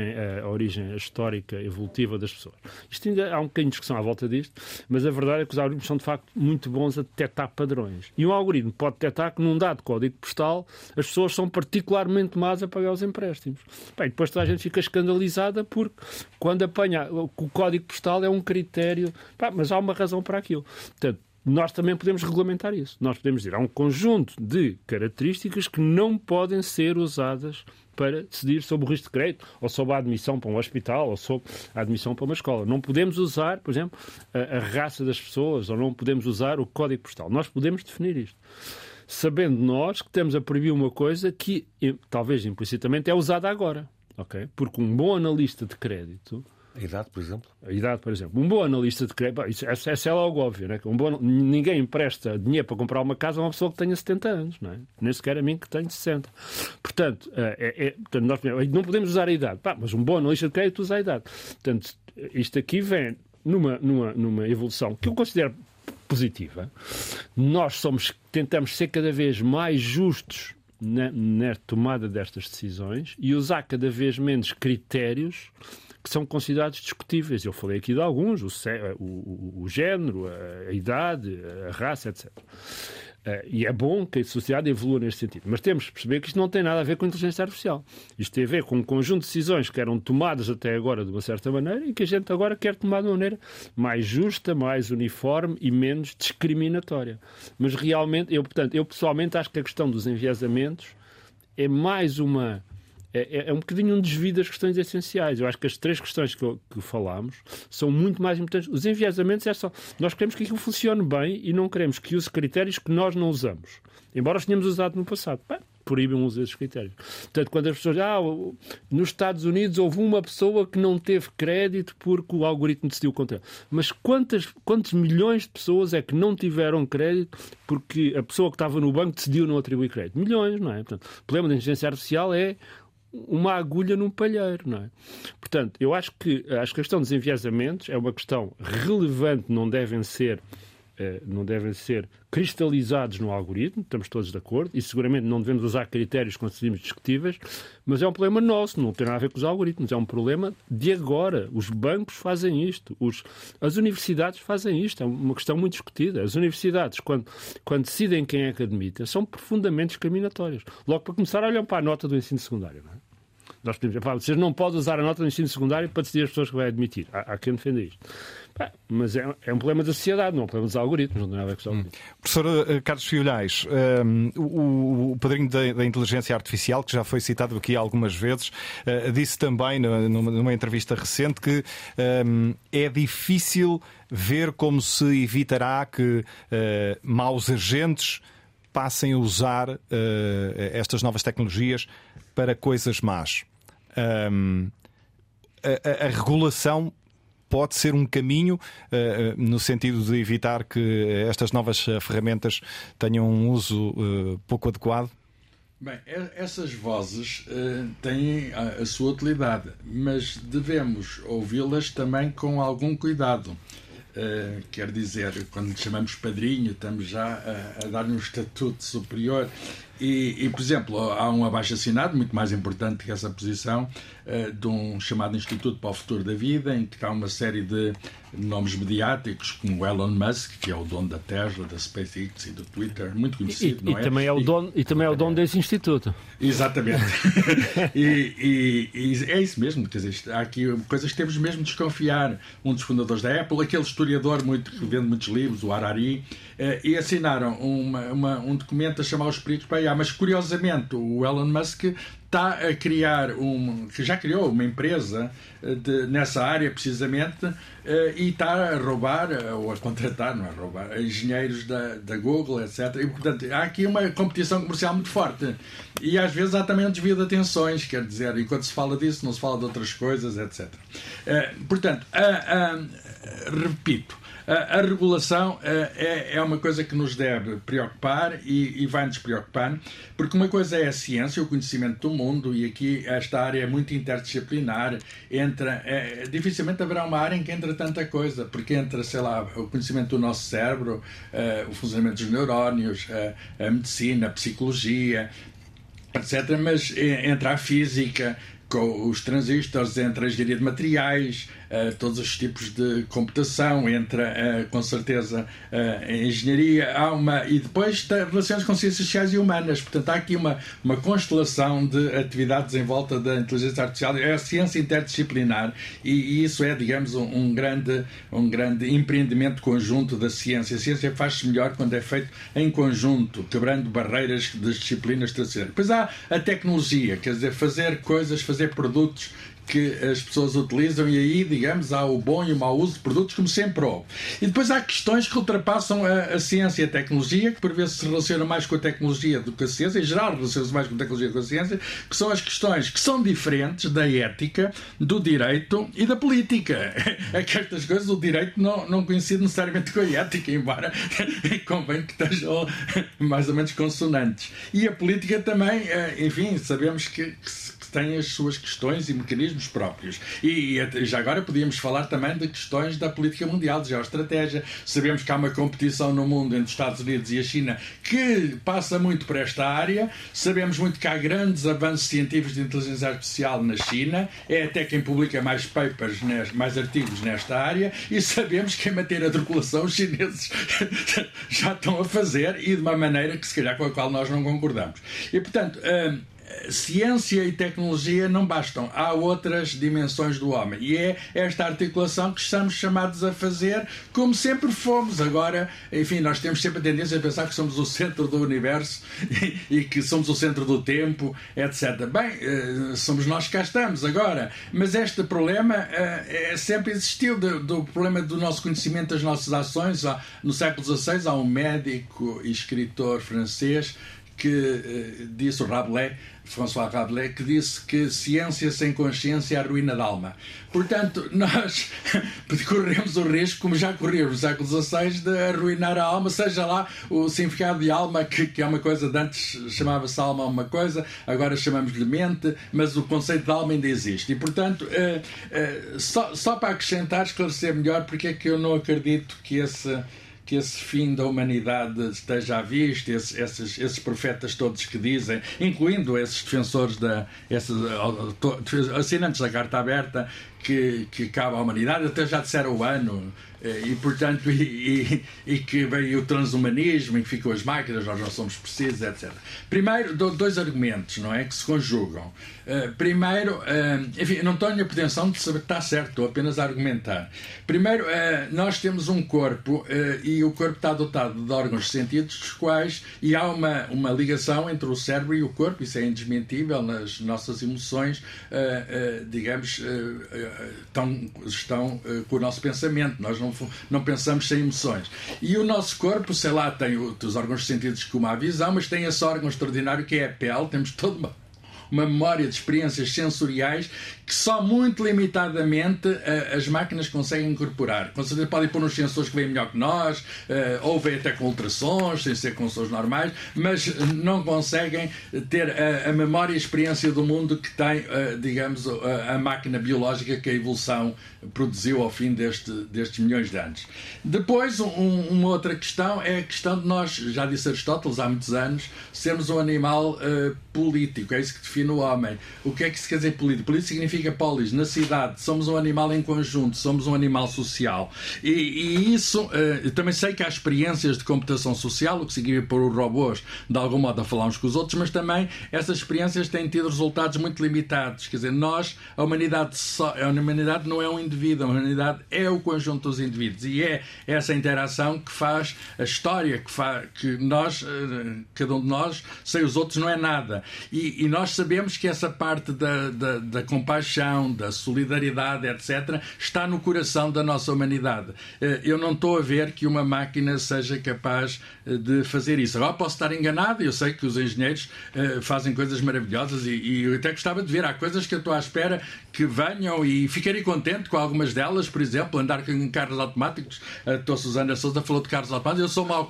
origem histórica evolutiva das pessoas. Isto ainda há um bocadinho de discussão à volta disto, mas a verdade é que os algoritmos são de facto muito bons a detectar padrões. E um algoritmo pode detectar que num dado código postal as pessoas são particularmente más a pagar os empréstimos. Depois toda a gente fica escandalizada porque quando apanha o código postal é um critério, mas há uma razão para aquilo. Portanto, nós também podemos regulamentar isso. Nós podemos dizer, há um conjunto de características que não podem ser usadas para decidir sobre o risco de crédito, ou sobre a admissão para um hospital, ou sobre a admissão para uma escola. Não podemos usar, por exemplo, a raça das pessoas, ou não podemos usar o código postal. Nós podemos definir isto, sabendo nós que estamos a proibir uma coisa que, talvez implicitamente, é usada agora. Okay? Porque um bom analista de crédito... A idade, por exemplo? A idade, por exemplo. Um bom analista de crédito... Essa é logo óbvio, não é? Ninguém empresta dinheiro para comprar uma casa a uma pessoa que tenha 70 anos, não é? Nem sequer a mim que tenho 60. Portanto, nós não podemos usar a idade. Mas um bom analista de crédito usa a idade. Portanto, isto aqui vem numa evolução que eu considero positiva. Nós tentamos ser cada vez mais justos na tomada destas decisões e usar cada vez menos critérios que são considerados discutíveis. Eu falei aqui de alguns, o género, a idade, a raça, etc. E é bom que a sociedade evolua neste sentido. Mas temos que perceber que isto não tem nada a ver com a inteligência artificial. Isto tem a ver com um conjunto de decisões que eram tomadas até agora de uma certa maneira e que a gente agora quer tomar de uma maneira mais justa, mais uniforme e menos discriminatória. Mas realmente, eu pessoalmente acho que a questão dos enviesamentos é mais uma... É um bocadinho um desvio das questões essenciais. Eu acho que as três questões que falámos são muito mais importantes. Os enviesamentos é só... Nós queremos que aquilo funcione bem e não queremos que use critérios que nós não usamos. Embora os tenhamos usado no passado. Proíbem os esses critérios. Portanto, quando as pessoas... nos Estados Unidos houve uma pessoa que não teve crédito porque o algoritmo decidiu contra ele. Mas quantos milhões de pessoas é que não tiveram crédito porque a pessoa que estava no banco decidiu não atribuir crédito? Milhões, não é? Portanto, o problema da inteligência artificial é uma agulha num palheiro, não é? Portanto, eu acho que a questão dos enviesamentos é uma questão relevante, não devem ser cristalizados no algoritmo, estamos todos de acordo, e seguramente não devemos usar critérios que consideramos discutíveis, mas é um problema nosso, não tem nada a ver com os algoritmos, é um problema de agora. Os bancos fazem isto, as universidades fazem isto, é uma questão muito discutida. As universidades, quando decidem quem é que admite, são profundamente discriminatórias. Logo, para começar, olham para a nota do ensino secundário, não é? Nós podemos dizer, vocês não podem usar a nota do ensino secundário para decidir as pessoas que vai admitir. Há quem defenda isto. Mas é um problema da sociedade, não é um problema dos algoritmos, não tem nada a ver com os algoritmos. Professor Carlos Fiolhais, o padrinho da inteligência artificial, que já foi citado aqui algumas vezes, disse também numa entrevista recente que é difícil ver como se evitará que maus agentes passem a usar estas novas tecnologias para coisas más. A regulação pode ser um caminho no sentido de evitar que estas novas ferramentas tenham um uso pouco adequado? Bem, essas vozes têm a sua utilidade, mas devemos ouvi-las também com algum cuidado. Quer dizer, quando lhe chamamos padrinho, estamos já a dar-lhe um estatuto superior Por exemplo, há um abaixo-assinado muito mais importante que essa posição, de um chamado Instituto para o Futuro da Vida, em que está uma série de nomes mediáticos, como o Elon Musk, que é o dono da Tesla, da SpaceX e do Twitter, muito conhecido, não é? Também é o dono desse instituto. Exatamente. e é isso mesmo, quer dizer, há aqui coisas que temos mesmo de desconfiar. Um dos fundadores da Apple, aquele historiador que vende muitos livros, o Harari, e assinaram um documento a chamar os perigos para IA. Mas, curiosamente, o Elon Musk está a criar que já criou uma empresa nessa área precisamente, e está a roubar ou a contratar, não é roubar, engenheiros da Google, etc. E, portanto, há aqui uma competição comercial muito forte e às vezes há também um desvio de atenções, quer dizer, e quando se fala disso não se fala de outras coisas, etc. Portanto, repito, a regulação é uma coisa que nos deve preocupar e vai-nos preocupar, porque uma coisa é a ciência, o conhecimento do mundo, e aqui esta área é muito interdisciplinar. Dificilmente haverá uma área em que entra tanta coisa, porque entra, sei lá, o conhecimento do nosso cérebro, o funcionamento dos neurónios, a medicina, a psicologia, etc. Mas entra a física, com os transistores, entra a engenharia de materiais, todos os tipos de computação, entra com certeza a engenharia, e depois relações com ciências sociais e humanas. Portanto, há aqui uma constelação de atividades em volta da inteligência artificial. É a ciência interdisciplinar e isso é, digamos, um grande empreendimento conjunto da ciência. A ciência faz-se melhor quando é feito em conjunto, quebrando barreiras das disciplinas tradicionais. Depois há a tecnologia, quer dizer, fazer coisas, fazer produtos que as pessoas utilizam, e aí, digamos, há o bom e o mau uso de produtos, como sempre houve. E depois há questões que ultrapassam a ciência e a tecnologia, que por vezes se relacionam mais com a tecnologia do que a ciência, em geral relacionam-se mais com a tecnologia do que a ciência, que são as questões que são diferentes da ética, do direito e da política. É que estas coisas, o direito não coincide necessariamente com a ética, embora convém que estejam mais ou menos consonantes. E a política também, enfim, sabemos que tem as suas questões e mecanismos próprios. E já agora podíamos falar também de questões da política mundial, de geoestratégia. Sabemos que há uma competição no mundo entre os Estados Unidos e a China que passa muito por esta área. Sabemos muito que há grandes avanços científicos de inteligência artificial na China. É até quem publica mais papers, mais artigos nesta área. E sabemos que em matéria de regulação os chineses já estão a fazer, e de uma maneira que se calhar com a qual nós não concordamos. E, portanto, ciência e tecnologia não bastam. Há outras dimensões do homem. E é esta articulação que estamos chamados a fazer, como sempre fomos. Agora, enfim, nós temos sempre a tendência a pensar que somos o centro do universo e que somos o centro do tempo, etc. Bem, somos nós que cá estamos agora. Mas este problema sempre existiu, do problema do nosso conhecimento, das nossas ações. No século XVI há um médico e escritor francês que disse, o Rabelais, François Rabelais, que disse que ciência sem consciência é a ruína da alma. Portanto, nós corremos o risco, como já corremos no século XVI, de arruinar a alma, seja lá o significado de alma, que é uma coisa de antes chamava-se alma uma coisa, agora chamamos-lhe mente, mas o conceito de alma ainda existe. E, portanto, só para acrescentar, esclarecer melhor porque é que eu não acredito que esse fim da humanidade esteja à vista, esses profetas todos que dizem, incluindo esses defensores, esses assinantes da Carta Aberta, que acaba a humanidade, até já disseram o ano, e portanto, e que veio o transhumanismo, e que ficam as máquinas, nós não somos precisos, etc. Primeiro, dois argumentos, não é, que se conjugam. Primeiro, enfim, não tenho a pretensão de saber que está certo, estou apenas a argumentar. Primeiro, nós temos um corpo, e o corpo está dotado de órgãos sentidos, dos quais, e há uma ligação entre o cérebro e o corpo, isso é indesmentível, nas nossas emoções, digamos, estão com o nosso pensamento. Nós não pensamos sem emoções. E o nosso corpo, sei lá, tem os órgãos sentidos como a visão, mas tem esse órgão extraordinário que é a pele. Temos toda uma memória de experiências sensoriais que só muito limitadamente as máquinas conseguem incorporar. Com certeza podem pôr uns sensores que veem melhor que nós, ou veem até com ultrassons, sem ser com sons normais, mas não conseguem ter a memória e a experiência do mundo que tem, digamos, a máquina biológica que a evolução produziu ao fim destes milhões de anos. Depois, uma outra questão é a questão de nós, já disse Aristóteles há muitos anos, sermos um animal político. É isso que define o homem. O que é que se quer dizer político? Político significa polis, na cidade. Somos um animal em conjunto, somos um animal social. E isso, eu também sei que há experiências de computação social, o que significa pôr os robôs de algum modo a falar uns com os outros, mas também essas experiências têm tido resultados muito limitados. Quer dizer, a humanidade não é um indivíduo, a humanidade é o conjunto dos indivíduos, e é essa interação que faz a história, que nós, cada um de nós, sem os outros não é nada. E nós sabemos que essa parte da compaixão, da solidariedade, etc., está no coração da nossa humanidade. Eu não estou a ver que uma máquina seja capaz de fazer isso. Agora posso estar enganado, eu sei que os engenheiros fazem coisas maravilhosas e eu até gostava de ver. Há coisas que eu estou à espera que venham e ficarei contente com algumas delas, por exemplo, andar com carros automáticos. A doutora Susana Sousa falou de carros automáticos. Eu sou mau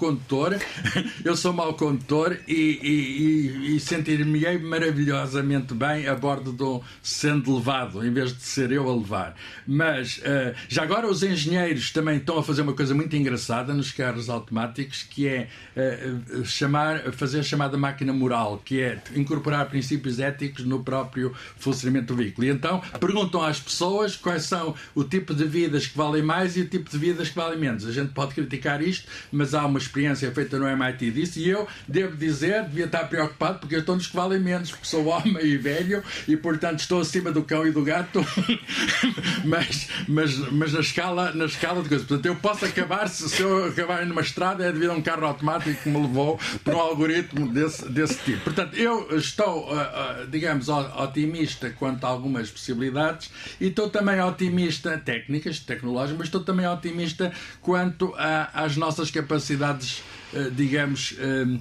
condutor e sentir-me-ei maravilhosamente bem a bordo sendo levado, em vez de ser eu a levar. Mas já agora os engenheiros também estão a fazer uma coisa muito engraçada nos carros automáticos, que é fazer a chamada máquina moral, que é incorporar princípios éticos no próprio funcionamento do veículo. E então perguntam às pessoas quais são o tipo de vidas que valem mais e o tipo de vidas que valem menos. A gente pode criticar isto, mas há uma experiência feita no MIT disso, e eu devo dizer, devia estar preocupado, porque eu estou nos que valem menos, porque sou homem e velho e portanto estou acima do cão e do gato mas na escala de coisas. Portanto, eu posso acabar, se eu acabar numa estrada, é devido a um carro automático que me levou para um algoritmo desse tipo. Portanto, eu estou digamos, otimista quanto a algumas possibilidades, e estou também otimista, técnicas, tecnológicas, mas estou também otimista quanto às nossas capacidades, digamos,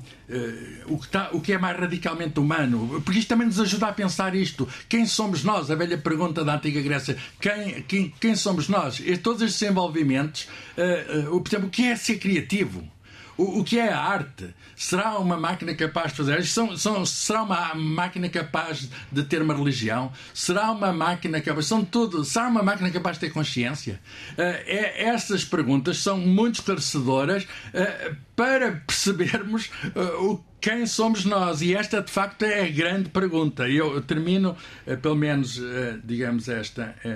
o que é mais radicalmente humano, porque isto também nos ajuda a pensar isto. Quem somos nós? A velha pergunta da antiga Grécia. Quem somos nós? E todos estes desenvolvimentos, por exemplo, o que é ser criativo? O que é a arte? Será uma máquina capaz de fazer? Será uma máquina capaz de ter uma religião? Será uma máquina capaz... Será uma máquina capaz de ter consciência? Essas perguntas são muito esclarecedoras para percebermos quem somos nós. E esta, de facto, é a grande pergunta. Eu termino, pelo menos, digamos, a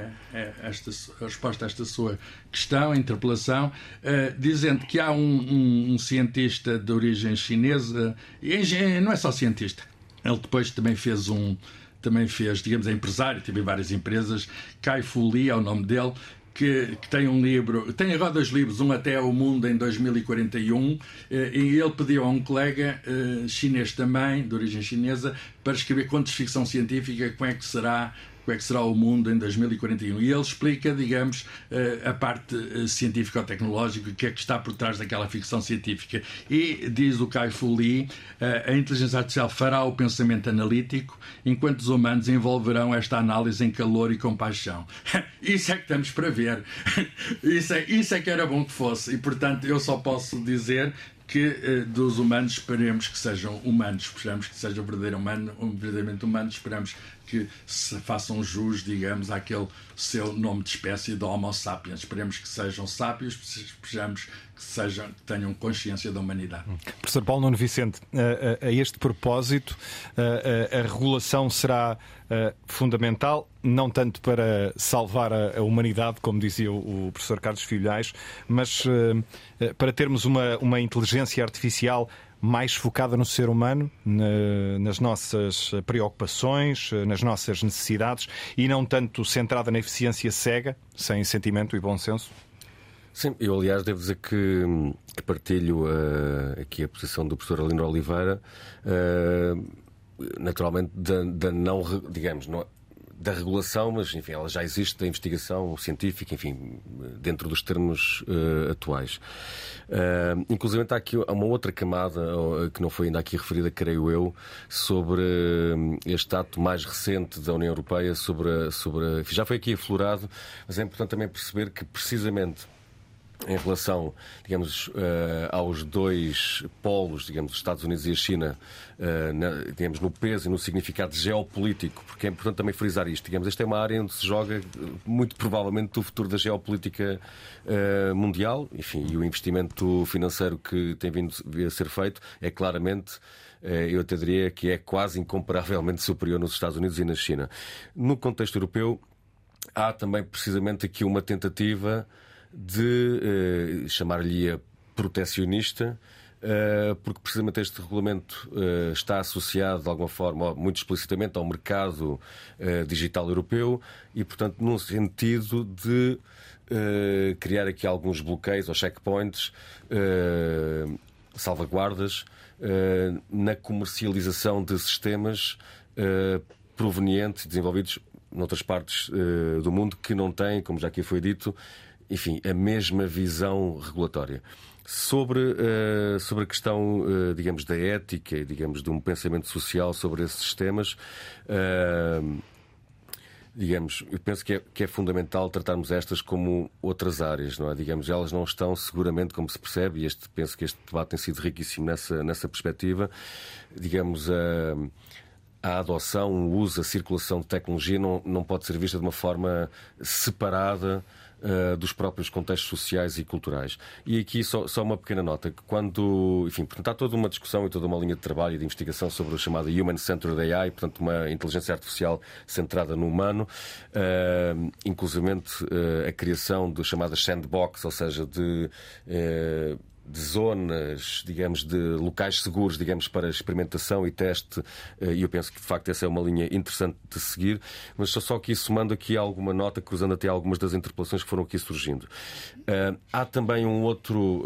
resposta a esta sua questão, a interpelação, dizendo que há um cientista de origem chinesa, não é só cientista, ele depois também fez, digamos, é empresário, teve várias empresas, Kai-Fu Lee é o nome dele, que tem um livro, tem agora 2 livros, um até o mundo em 2041, e ele pediu a um colega chinês também, de origem chinesa, para escrever contos de ficção científica, como é que será o mundo em 2041. E ele explica, digamos, a parte científico-tecnológica, o que é que está por trás daquela ficção científica. E, diz o Kai-Fu Lee, a inteligência artificial fará o pensamento analítico, enquanto os humanos envolverão esta análise em calor e compaixão. Isso é que estamos para ver. Isso é que era bom que fosse. E, portanto, eu só posso dizer que dos humanos esperemos que sejam humanos, esperamos que sejam verdadeiramente humanos, esperamos que se façam jus, digamos, àquele seu nome de espécie de Homo sapiens. Esperemos que sejam sábios, esperamos que tenham consciência da humanidade. Professor Paulo Nuno Vicente, a este propósito, a regulação será fundamental, não tanto para salvar a humanidade, como dizia o professor Carlos Filhais, mas para termos uma inteligência artificial mais focada no ser humano, nas nossas preocupações, nas nossas necessidades, e não tanto centrada na eficiência cega, sem sentimento e bom senso? Sim, eu aliás devo dizer que partilho aqui a posição do professor Arlindo Oliveira, naturalmente da não, digamos, da regulação, mas enfim, ela já existe, da investigação científica, enfim, dentro dos termos atuais. Inclusive há aqui uma outra camada que não foi ainda aqui referida, creio eu, sobre este ato mais recente da União Europeia enfim, já foi aqui aflorado, mas é importante também perceber que precisamente em relação, digamos, aos dois polos, digamos, os Estados Unidos e a China, digamos, no peso e no significado geopolítico, porque é importante também frisar isto. Digamos, esta é uma área onde se joga, muito provavelmente, o futuro da geopolítica mundial. Enfim, e o investimento financeiro que tem vindo a ser feito é claramente, eu até diria que é quase incomparavelmente superior nos Estados Unidos e na China. No contexto europeu, há também, precisamente, aqui uma tentativa de chamar-lhe protecionista, porque precisamente este regulamento está associado de alguma forma, muito explicitamente, ao mercado digital europeu e, portanto, num sentido de criar aqui alguns bloqueios ou checkpoints, salvaguardas, na comercialização de sistemas provenientes, desenvolvidos noutras partes do mundo que não têm, como já aqui foi dito, enfim, a mesma visão regulatória. Sobre a questão, digamos, da ética e, digamos, de um pensamento social sobre esses sistemas, digamos, eu penso que é fundamental tratarmos estas como outras áreas, não é? Digamos, elas não estão seguramente, como se percebe, e penso que este debate tem sido riquíssimo nessa perspectiva, digamos, a adoção, o uso, a circulação de tecnologia não pode ser vista de uma forma separada dos próprios contextos sociais e culturais. E aqui só uma pequena nota, que quando, enfim, portanto, há toda uma discussão e toda uma linha de trabalho e de investigação sobre o chamado Human-Centered AI, portanto, uma inteligência artificial centrada no humano, inclusivamente a criação do chamadas sandbox, ou seja, de zonas, digamos, de locais seguros, digamos, para experimentação e teste, e eu penso que de facto essa é uma linha interessante de seguir, mas só aqui somando aqui alguma nota, cruzando até algumas das interpelações que foram aqui surgindo. Há também um outro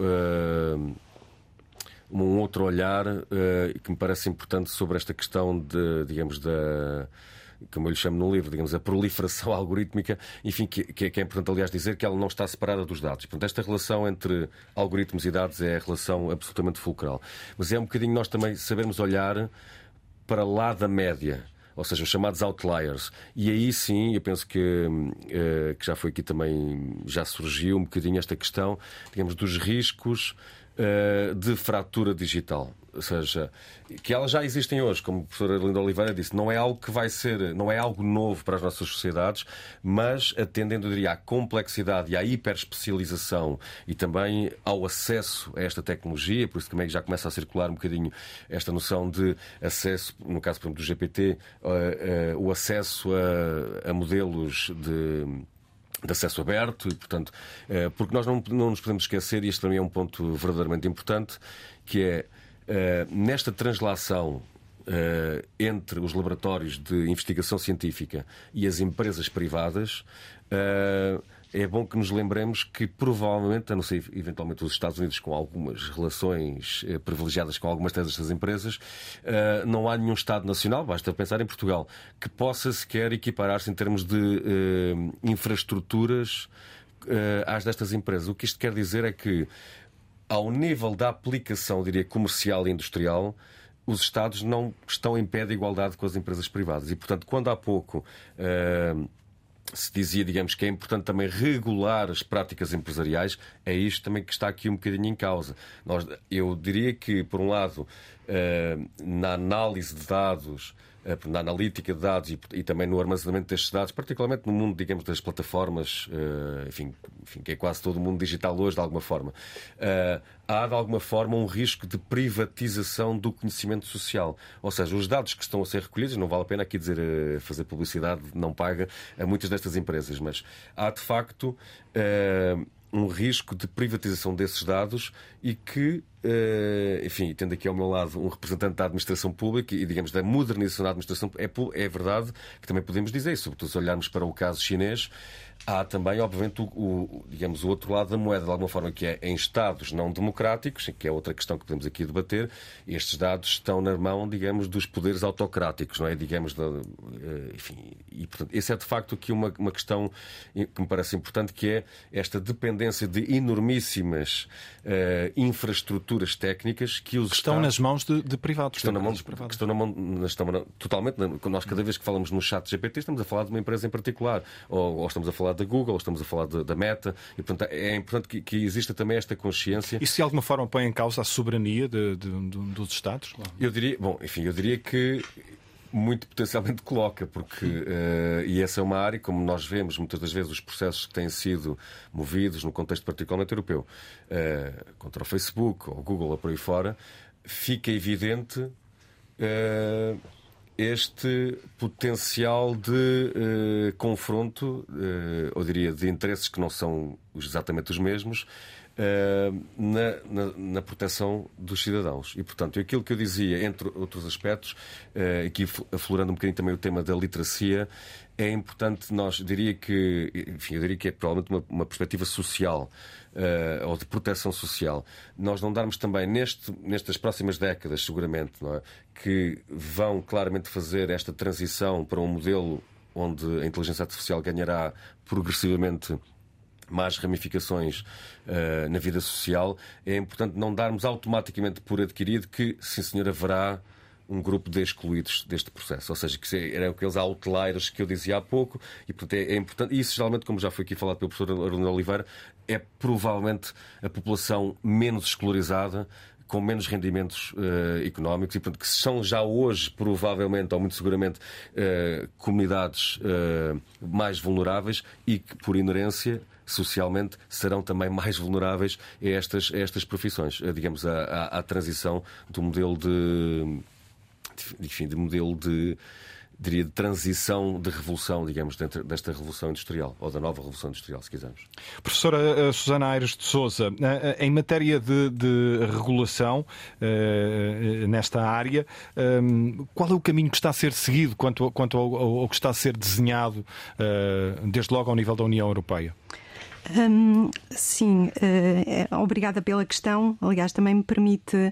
olhar que me parece importante sobre esta questão de, digamos, como eu lhe chamo no livro, digamos, a proliferação algorítmica, enfim, que é importante, aliás, dizer que ela não está separada dos dados. Portanto, esta relação entre algoritmos e dados é a relação absolutamente fulcral. Mas é um bocadinho nós também sabermos olhar para lá da média, ou seja, os chamados outliers. E aí sim, eu penso que já foi aqui também, já surgiu um bocadinho esta questão, digamos, dos riscos de fratura digital. Ou seja, que elas já existem hoje, como a professora Linda Oliveira disse, não é algo que vai ser, não é algo novo para as nossas sociedades, mas atendendo, eu diria, à complexidade e à hiperespecialização e também ao acesso a esta tecnologia, por isso também já começa a circular um bocadinho esta noção de acesso, no caso, por exemplo, do GPT, o acesso a modelos de acesso aberto, e, portanto, porque nós não nos podemos esquecer, e este também é um ponto verdadeiramente importante, que é nesta translação entre os laboratórios de investigação científica e as empresas privadas, é bom que nos lembremos que provavelmente, a não ser eventualmente os Estados Unidos com algumas relações privilegiadas com algumas destas empresas, não há nenhum Estado nacional, basta pensar em Portugal, que possa sequer equiparar-se em termos de infraestruturas às destas empresas. O que isto quer dizer é que, ao nível da aplicação, diria, comercial e industrial, os Estados não estão em pé de igualdade com as empresas privadas. E, portanto, quando há pouco se dizia, digamos, que é importante também regular as práticas empresariais, é isto também que está aqui um bocadinho em causa. Eu diria que, por um lado, na análise de dados, na analítica de dados e também no armazenamento destes dados, particularmente no mundo, digamos, das plataformas, enfim, que é quase todo o mundo digital hoje, de alguma forma, há, de alguma forma, um risco de privatização do conhecimento social. Ou seja, os dados que estão a ser recolhidos, não vale a pena aqui dizer, fazer publicidade não paga a muitas destas empresas, mas há, de facto, um risco de privatização desses dados e que enfim, tendo aqui ao meu lado um representante da administração pública e, digamos, da modernização da administração, é verdade que também podemos dizer, e sobretudo se olharmos para o caso chinês, há também, obviamente, digamos, o outro lado da moeda, de alguma forma, que é em Estados não democráticos, que é outra questão que podemos aqui debater. Estes dados estão na mão, digamos, dos poderes autocráticos, não é? Digamos, enfim, e, portanto, essa é de facto aqui uma questão que me parece importante, que é esta dependência de enormíssimas infraestruturas técnicas que os estão nas mãos de privados. Totalmente. Nós, cada vez que falamos no chat GPT, estamos a falar de uma empresa em particular, ou estamos a falar da Google, ou estamos a falar da Meta, e portanto é importante que exista também esta consciência. Isso de alguma forma põe em causa a soberania dos Estados? Eu diria que muito potencialmente coloca, porque e essa é uma área, como nós vemos muitas das vezes os processos que têm sido movidos no contexto particularmente europeu contra o Facebook ou o Google ou por aí fora, fica evidente este potencial de confronto, eu diria, de interesses que não são exatamente os mesmos, na proteção dos cidadãos. E, portanto, aquilo que eu dizia, entre outros aspectos, aqui aflorando um bocadinho também o tema da literacia, é importante nós, eu diria que é provavelmente uma perspectiva social, ou de proteção social. Nós não darmos também, nestas próximas décadas, seguramente, não é, que vão claramente fazer esta transição para um modelo onde a inteligência artificial ganhará progressivamente mais ramificações na vida social, é importante não darmos automaticamente por adquirido que, sim senhor, haverá um grupo de excluídos deste processo. Ou seja, que eram aqueles outliers que eu dizia há pouco, e portanto é importante. E isso, geralmente, como já foi aqui falado pelo professor Arlindo Oliveira, é provavelmente a população menos escolarizada, com menos rendimentos económicos, e portanto que são já hoje, provavelmente, ou muito seguramente, comunidades mais vulneráveis e que, por inerência, socialmente, serão também mais vulneráveis a estas profissões. Digamos, à transição do modelo de transição, de revolução, digamos, dentro desta revolução industrial, ou da nova revolução industrial, se quisermos. Professora Susana Aires de Sousa, em matéria de regulação nesta área, qual é o caminho que está a ser seguido quanto ao que está a ser desenhado desde logo ao nível da União Europeia? Sim, obrigada pela questão. Aliás, também me permite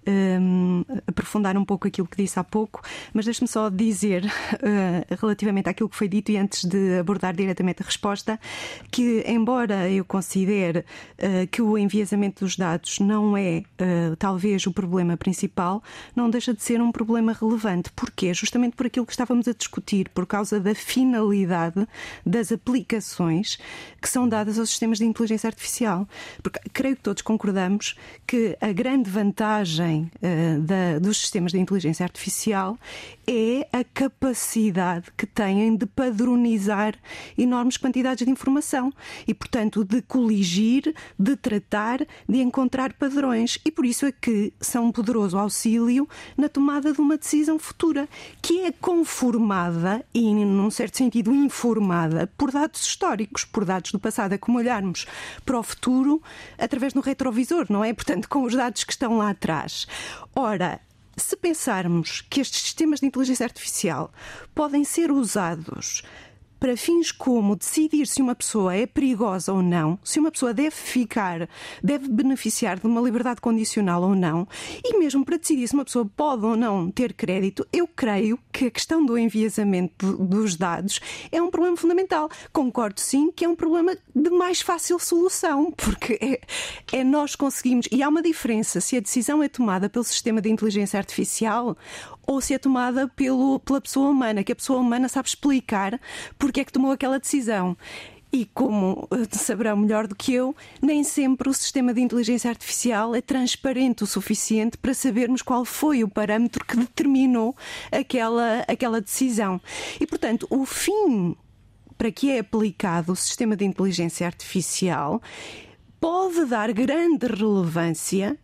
aprofundar um pouco aquilo que disse há pouco, mas deixe-me só dizer, relativamente àquilo que foi dito, e antes de abordar diretamente a resposta, que embora eu considere que o enviesamento dos dados não é talvez o problema principal, não deixa de ser um problema relevante. Porquê? Justamente por aquilo que estávamos a discutir, por causa da finalidade das aplicações que são dadas aos sistemas de inteligência artificial. Porque creio que todos concordamos que a grande vantagem dos sistemas de inteligência artificial é a capacidade que têm de padronizar enormes quantidades de informação e, portanto, de coligir, de tratar, de encontrar padrões. E por isso é que são um poderoso auxílio na tomada de uma decisão futura, que é conformada e, num certo sentido, informada por dados históricos, por dados do passado. É como olharmos para o futuro através do retrovisor, não é? Portanto, com os dados que estão lá atrás. Ora, se pensarmos que estes sistemas de inteligência artificial podem ser usados para fins como decidir se uma pessoa é perigosa ou não, se uma pessoa deve beneficiar de uma liberdade condicional ou não, e mesmo para decidir se uma pessoa pode ou não ter crédito, eu creio que a questão do enviesamento dos dados é um problema fundamental. Concordo sim que é um problema de mais fácil solução, porque nós conseguimos, e há uma diferença se a decisão é tomada pelo sistema de inteligência artificial ou se é tomada pela pessoa humana, que a pessoa humana sabe explicar porque é que tomou aquela decisão. E como saberão melhor do que eu, nem sempre o sistema de inteligência artificial é transparente o suficiente para sabermos qual foi o parâmetro que determinou aquela decisão. E, portanto, o fim para que é aplicado o sistema de inteligência artificial pode dar grande relevância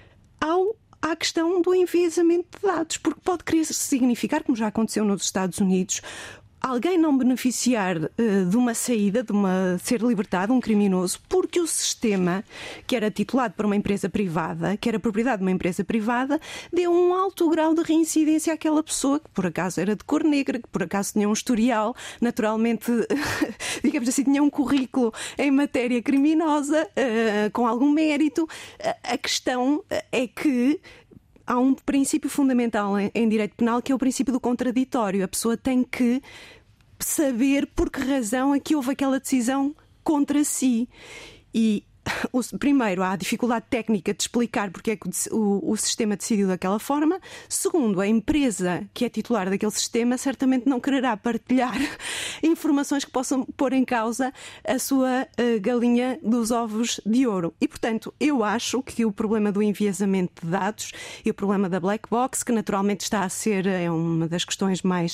à questão do enviesamento de dados, porque pode querer significar, como já aconteceu nos Estados Unidos, alguém não beneficiar de uma saída, ser libertado, um criminoso, porque o sistema, que era titulado por uma empresa privada, que era propriedade de uma empresa privada, deu um alto grau de reincidência àquela pessoa, que por acaso era de cor negra, que por acaso tinha um historial, naturalmente, digamos assim, tinha um currículo em matéria criminosa, com algum mérito. A questão é que há um princípio fundamental em direito penal, que é o princípio do contraditório. A pessoa tem que saber por que razão é que houve aquela decisão contra si. E primeiro, há a dificuldade técnica de explicar porque é que o sistema decidiu daquela forma. Segundo, a empresa que é titular daquele sistema certamente não quererá partilhar informações que possam pôr em causa a sua galinha dos ovos de ouro. E, portanto, eu acho que o problema do enviesamento de dados e o problema da black box, que naturalmente está a ser uma das questões mais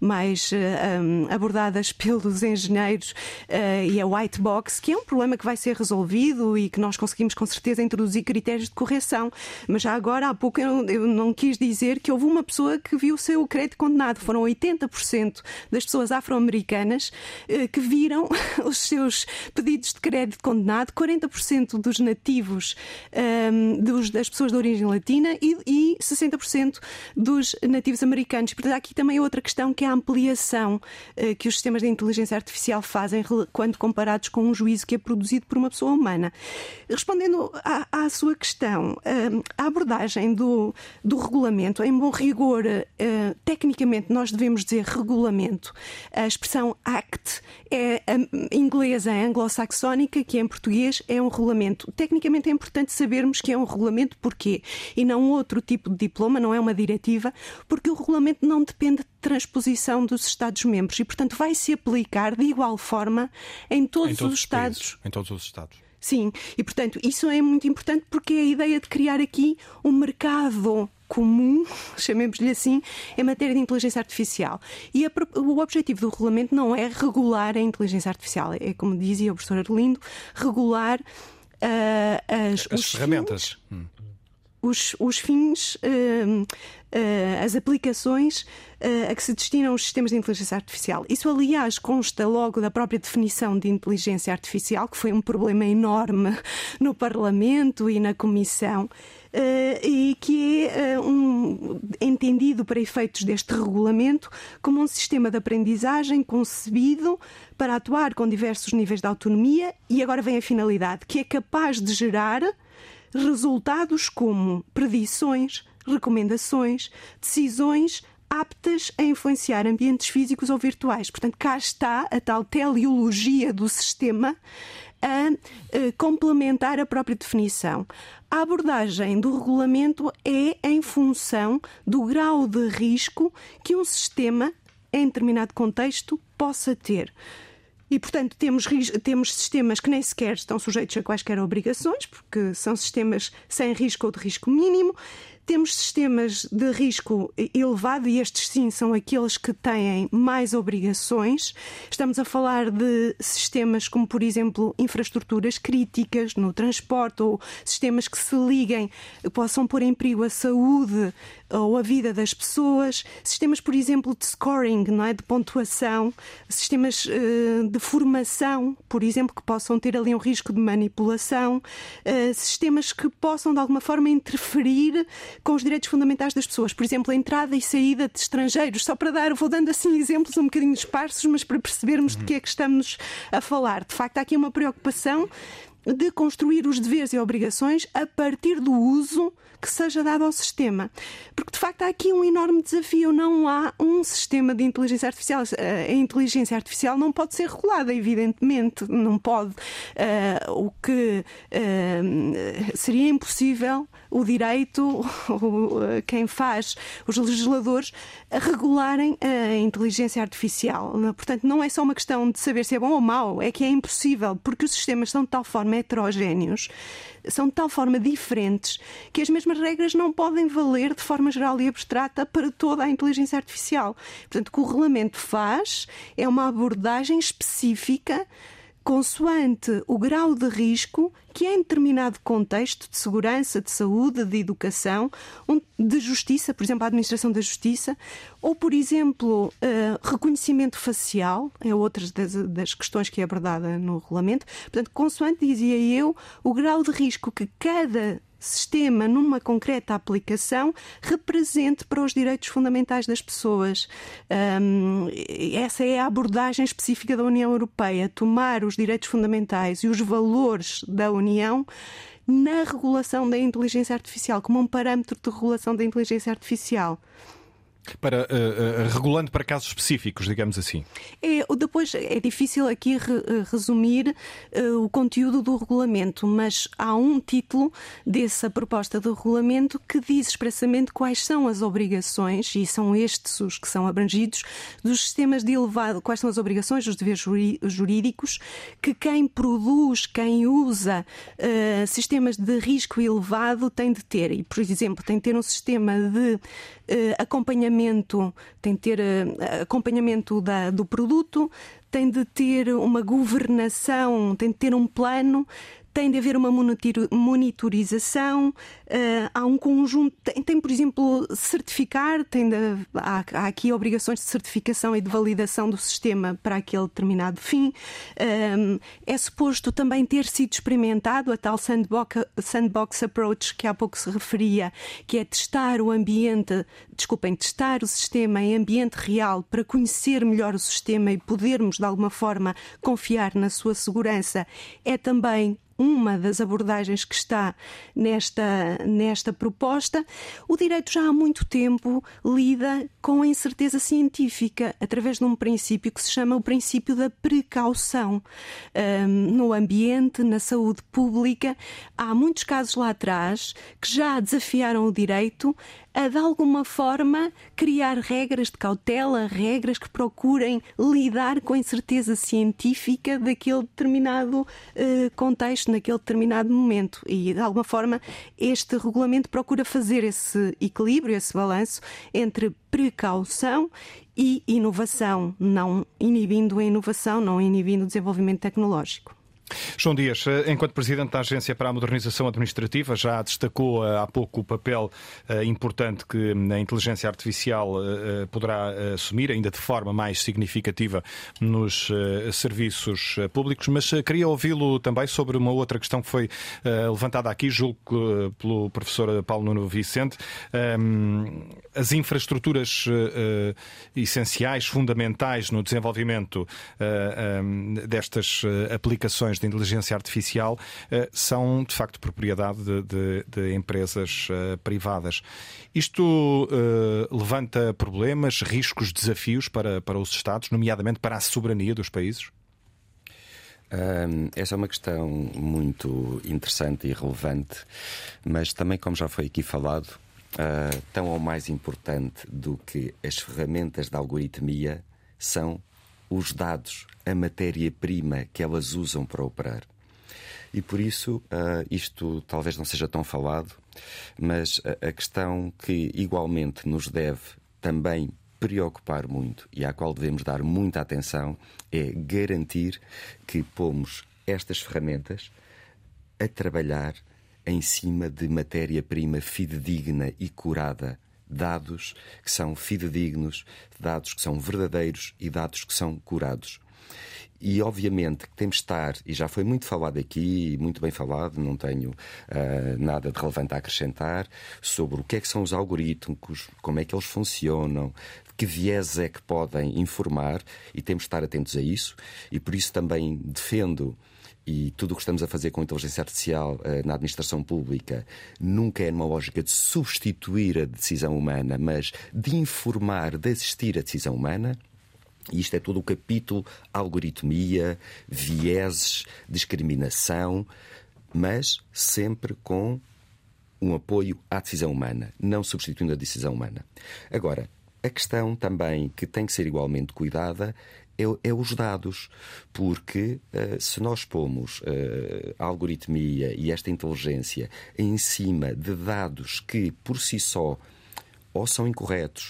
abordadas pelos engenheiros, e a white box, que é um problema que vai ser resolvido e que nós conseguimos com certeza introduzir critérios de correção. Mas já agora, há pouco, eu não quis dizer que houve uma pessoa que viu o seu crédito condenado. Foram 80% das pessoas afro-americanas que viram os seus pedidos de crédito condenado, 40% dos nativos, das pessoas de origem latina e 60% dos nativos americanos. Portanto, há aqui também outra questão, que é a ampliação que os sistemas de inteligência artificial fazem quando comparados com um juízo que é produzido por uma pessoa humana. Respondendo à sua questão, a abordagem do regulamento, em bom rigor, tecnicamente nós devemos dizer regulamento. A expressão act é inglesa, é anglo-saxónica, que em português é um regulamento. Tecnicamente é importante sabermos que é um regulamento, porquê? E não outro tipo de diploma, não é uma diretiva, porque o regulamento não depende de transposição dos Estados-membros e, portanto, vai se aplicar de igual forma em todos os Estados. Em todos os Estados. Sim, e portanto isso é muito importante, porque é a ideia de criar aqui um mercado comum, chamemos-lhe assim, em matéria de inteligência artificial. E o objetivo do regulamento não é regular a inteligência artificial, é, como dizia o professor Arlindo, regular as ferramentas. Os fins, as aplicações a que se destinam os sistemas de inteligência artificial. Isso, aliás, consta logo da própria definição de inteligência artificial, que foi um problema enorme no Parlamento e na Comissão, e que é entendido para efeitos deste regulamento como um sistema de aprendizagem concebido para atuar com diversos níveis de autonomia, e agora vem a finalidade, que é capaz de gerar resultados como predições, recomendações, decisões aptas a influenciar ambientes físicos ou virtuais. Portanto, cá está a tal teleologia do sistema a complementar a própria definição. A abordagem do regulamento é em função do grau de risco que um sistema, em determinado contexto, possa ter. E, portanto, temos sistemas que nem sequer estão sujeitos a quaisquer obrigações, porque são sistemas sem risco ou de risco mínimo. Temos sistemas de risco elevado, e estes sim são aqueles que têm mais obrigações. Estamos a falar de sistemas como, por exemplo, infraestruturas críticas no transporte, ou sistemas que se liguem, possam pôr em perigo a saúde ou a vida das pessoas. Sistemas, por exemplo, de scoring, não é? De pontuação. Sistemas de formação, por exemplo, que possam ter ali um risco de manipulação. Sistemas que possam, de alguma forma, interferir com os direitos fundamentais das pessoas. Por exemplo, a entrada e saída de estrangeiros. Só para vou dando assim exemplos um bocadinho esparsos, mas para percebermos de que é que estamos a falar. De facto, há aqui uma preocupação de construir os deveres e obrigações a partir do uso que seja dado ao sistema. Porque, de facto, há aqui um enorme desafio. Não há um sistema de inteligência artificial. A inteligência artificial não pode ser regulada, evidentemente. Não pode. O que seria impossível o direito, quem faz, os legisladores, a regularem a inteligência artificial. Portanto, não é só uma questão de saber se é bom ou mau, é que é impossível, porque os sistemas são de tal forma heterogéneos, são de tal forma diferentes, que as mesmas regras não podem valer de forma geral e abstrata para toda a inteligência artificial. Portanto, o que o regulamento faz é uma abordagem específica consoante o grau de risco que em determinado contexto de segurança, de saúde, de educação, de justiça, por exemplo, a administração da justiça, ou, por exemplo, reconhecimento facial, é outra das questões que é abordada no regulamento. Portanto, consoante, dizia eu, o grau de risco que cada sistema, numa concreta aplicação, represente para os direitos fundamentais das pessoas. Essa é a abordagem específica da União Europeia, tomar os direitos fundamentais e os valores da União na regulação da inteligência artificial, como um parâmetro de regulação da inteligência artificial. Regulando para casos específicos, digamos assim. Depois é difícil aqui resumir o conteúdo do regulamento, mas há um título dessa proposta de regulamento que diz expressamente quais são as obrigações, e são estes os que são abrangidos, dos sistemas de elevado, quais são as obrigações, os deveres jurídicos, que quem produz, quem usa sistemas de risco elevado tem de ter. E, por exemplo, tem de ter um sistema de acompanhamento, tem de ter acompanhamento do produto, tem de ter uma governação, tem de ter um plano, tem de haver uma monitorização, há um conjunto, tem, por exemplo, certificar, há aqui obrigações de certificação e de validação do sistema para aquele determinado fim. É suposto também ter sido experimentado a tal sandbox approach que há pouco se referia, que é testar o sistema em ambiente real para conhecer melhor o sistema e podermos, de alguma forma, confiar na sua segurança. É também uma das abordagens que está nesta proposta. O direito já há muito tempo lida com a incerteza científica através de um princípio que se chama o princípio da precaução. No ambiente, na saúde pública, há muitos casos lá atrás que já desafiaram o direito a, de alguma forma, criar regras de cautela, regras que procurem lidar com a incerteza científica daquele determinado contexto, naquele determinado momento. E, de alguma forma, este regulamento procura fazer esse equilíbrio, esse balanço entre precaução e inovação, não inibindo a inovação, não inibindo o desenvolvimento tecnológico. João Dias, enquanto Presidente da Agência para a Modernização Administrativa, já destacou há pouco o papel importante que a inteligência artificial poderá assumir, ainda de forma mais significativa, nos serviços públicos, mas queria ouvi-lo também sobre uma outra questão que foi levantada aqui, julgo pelo professor Paulo Nuno Vicente, as infraestruturas essenciais, fundamentais no desenvolvimento destas aplicações de inteligência artificial são, de facto, propriedade de empresas privadas. Isto levanta problemas, riscos, desafios para os Estados, nomeadamente para a soberania dos países? Essa é uma questão muito interessante e relevante, mas também, como já foi aqui falado, tão ou mais importante do que as ferramentas de algoritmia são os dados, a matéria-prima que elas usam para operar. E por isso, isto talvez não seja tão falado, mas a questão que igualmente nos deve também preocupar muito e à qual devemos dar muita atenção é garantir que pomos estas ferramentas a trabalhar em cima de matéria-prima fidedigna e curada. Dados que são fidedignos, dados que são verdadeiros e dados que são curados. E obviamente que temos de estar, e já foi muito falado aqui, muito bem falado, não tenho nada de relevante a acrescentar, sobre o que é que são os algoritmos, como é que eles funcionam, que viés é que podem informar, e temos de estar atentos a isso, e por isso também defendo. E tudo o que estamos a fazer com a inteligência artificial na administração pública nunca é numa lógica de substituir a decisão humana, mas de informar, de assistir à decisão humana. E isto é todo o capítulo algoritmia, vieses, discriminação, mas sempre com um apoio à decisão humana, não substituindo a decisão humana. Agora, a questão também que tem que ser igualmente cuidada é os dados, porque se nós pomos a algoritmia e esta inteligência em cima de dados que por si só ou são incorretos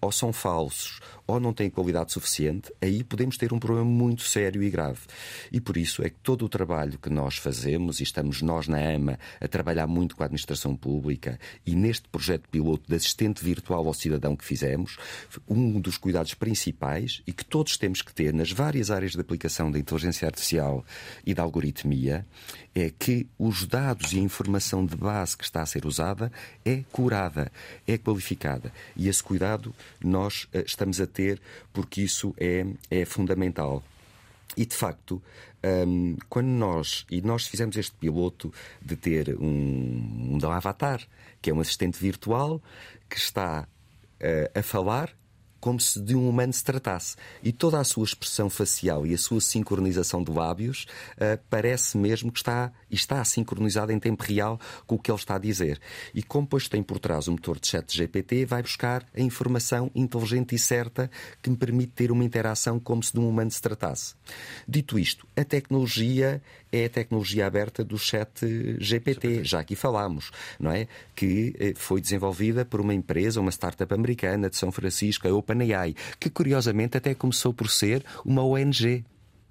ou são falsos, ou não têm qualidade suficiente, aí podemos ter um problema muito sério e grave. E por isso é que todo o trabalho que nós fazemos, e estamos nós na AMA a trabalhar muito com a administração pública, e neste projeto piloto de assistente virtual ao cidadão que fizemos, um dos cuidados principais, e que todos temos que ter nas várias áreas de aplicação da inteligência artificial e da algoritmia, é que os dados e a informação de base que está a ser usada é curada, é qualificada. E esse cuidado nós estamos a ter, porque isso é fundamental. E, de facto, quando nós fizemos este piloto de ter um avatar, que é um assistente virtual, que está a falar como se de um humano se tratasse. E toda a sua expressão facial e a sua sincronização de lábios parece mesmo que está sincronizada em tempo real com o que ele está a dizer. E como depois tem por trás o motor de ChatGPT, vai buscar a informação inteligente e certa que me permite ter uma interação como se de um humano se tratasse. Dito isto, a tecnologia é a tecnologia aberta do ChatGPT. Já aqui falámos, não é? Que foi desenvolvida por uma empresa, uma startup americana de São Francisco, a OpenAI, que curiosamente até começou por ser uma ONG.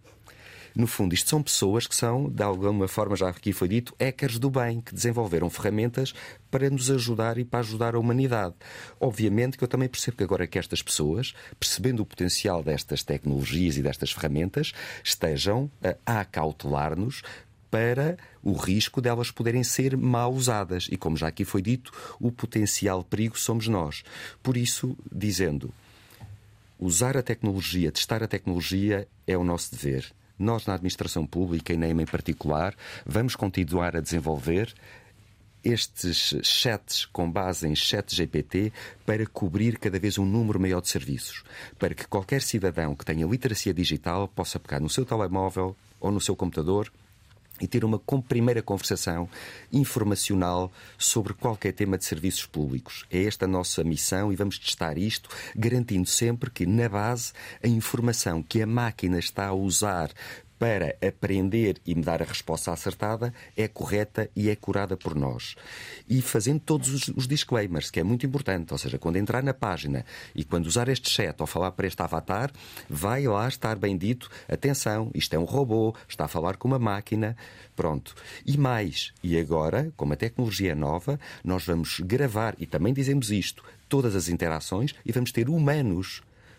No fundo, isto são pessoas que são, de alguma forma, já aqui foi dito, hackers do bem, que desenvolveram ferramentas para nos ajudar e para ajudar a humanidade. Obviamente que eu também percebo que agora que estas pessoas, percebendo o potencial destas tecnologias e destas ferramentas, estejam a acautelar-nos para o risco delas poderem ser mal usadas. E como já aqui foi dito, o potencial perigo somos nós. Por isso, dizendo, usar a tecnologia, testar a tecnologia é o nosso dever. Nós, na administração pública e na EMA em particular, vamos continuar a desenvolver estes chats com base em ChatGPT para cobrir cada vez um número maior de serviços, para que qualquer cidadão que tenha literacia digital possa pegar no seu telemóvel ou no seu computador e ter uma primeira conversação informacional sobre qualquer tema de serviços públicos. É esta a nossa missão e vamos testar isto, garantindo sempre que, na base, a informação que a máquina está a usar para aprender e me dar a resposta acertada é correta e é curada por nós. E fazendo todos os disclaimers, que é muito importante, ou seja, quando entrar na página e quando usar este chat ou falar para este avatar, vai lá estar bem dito, atenção, isto é um robô, está a falar com uma máquina, pronto. E mais, e agora, como a tecnologia é nova, nós vamos gravar, e também dizemos isto, todas as interações e vamos ter humanos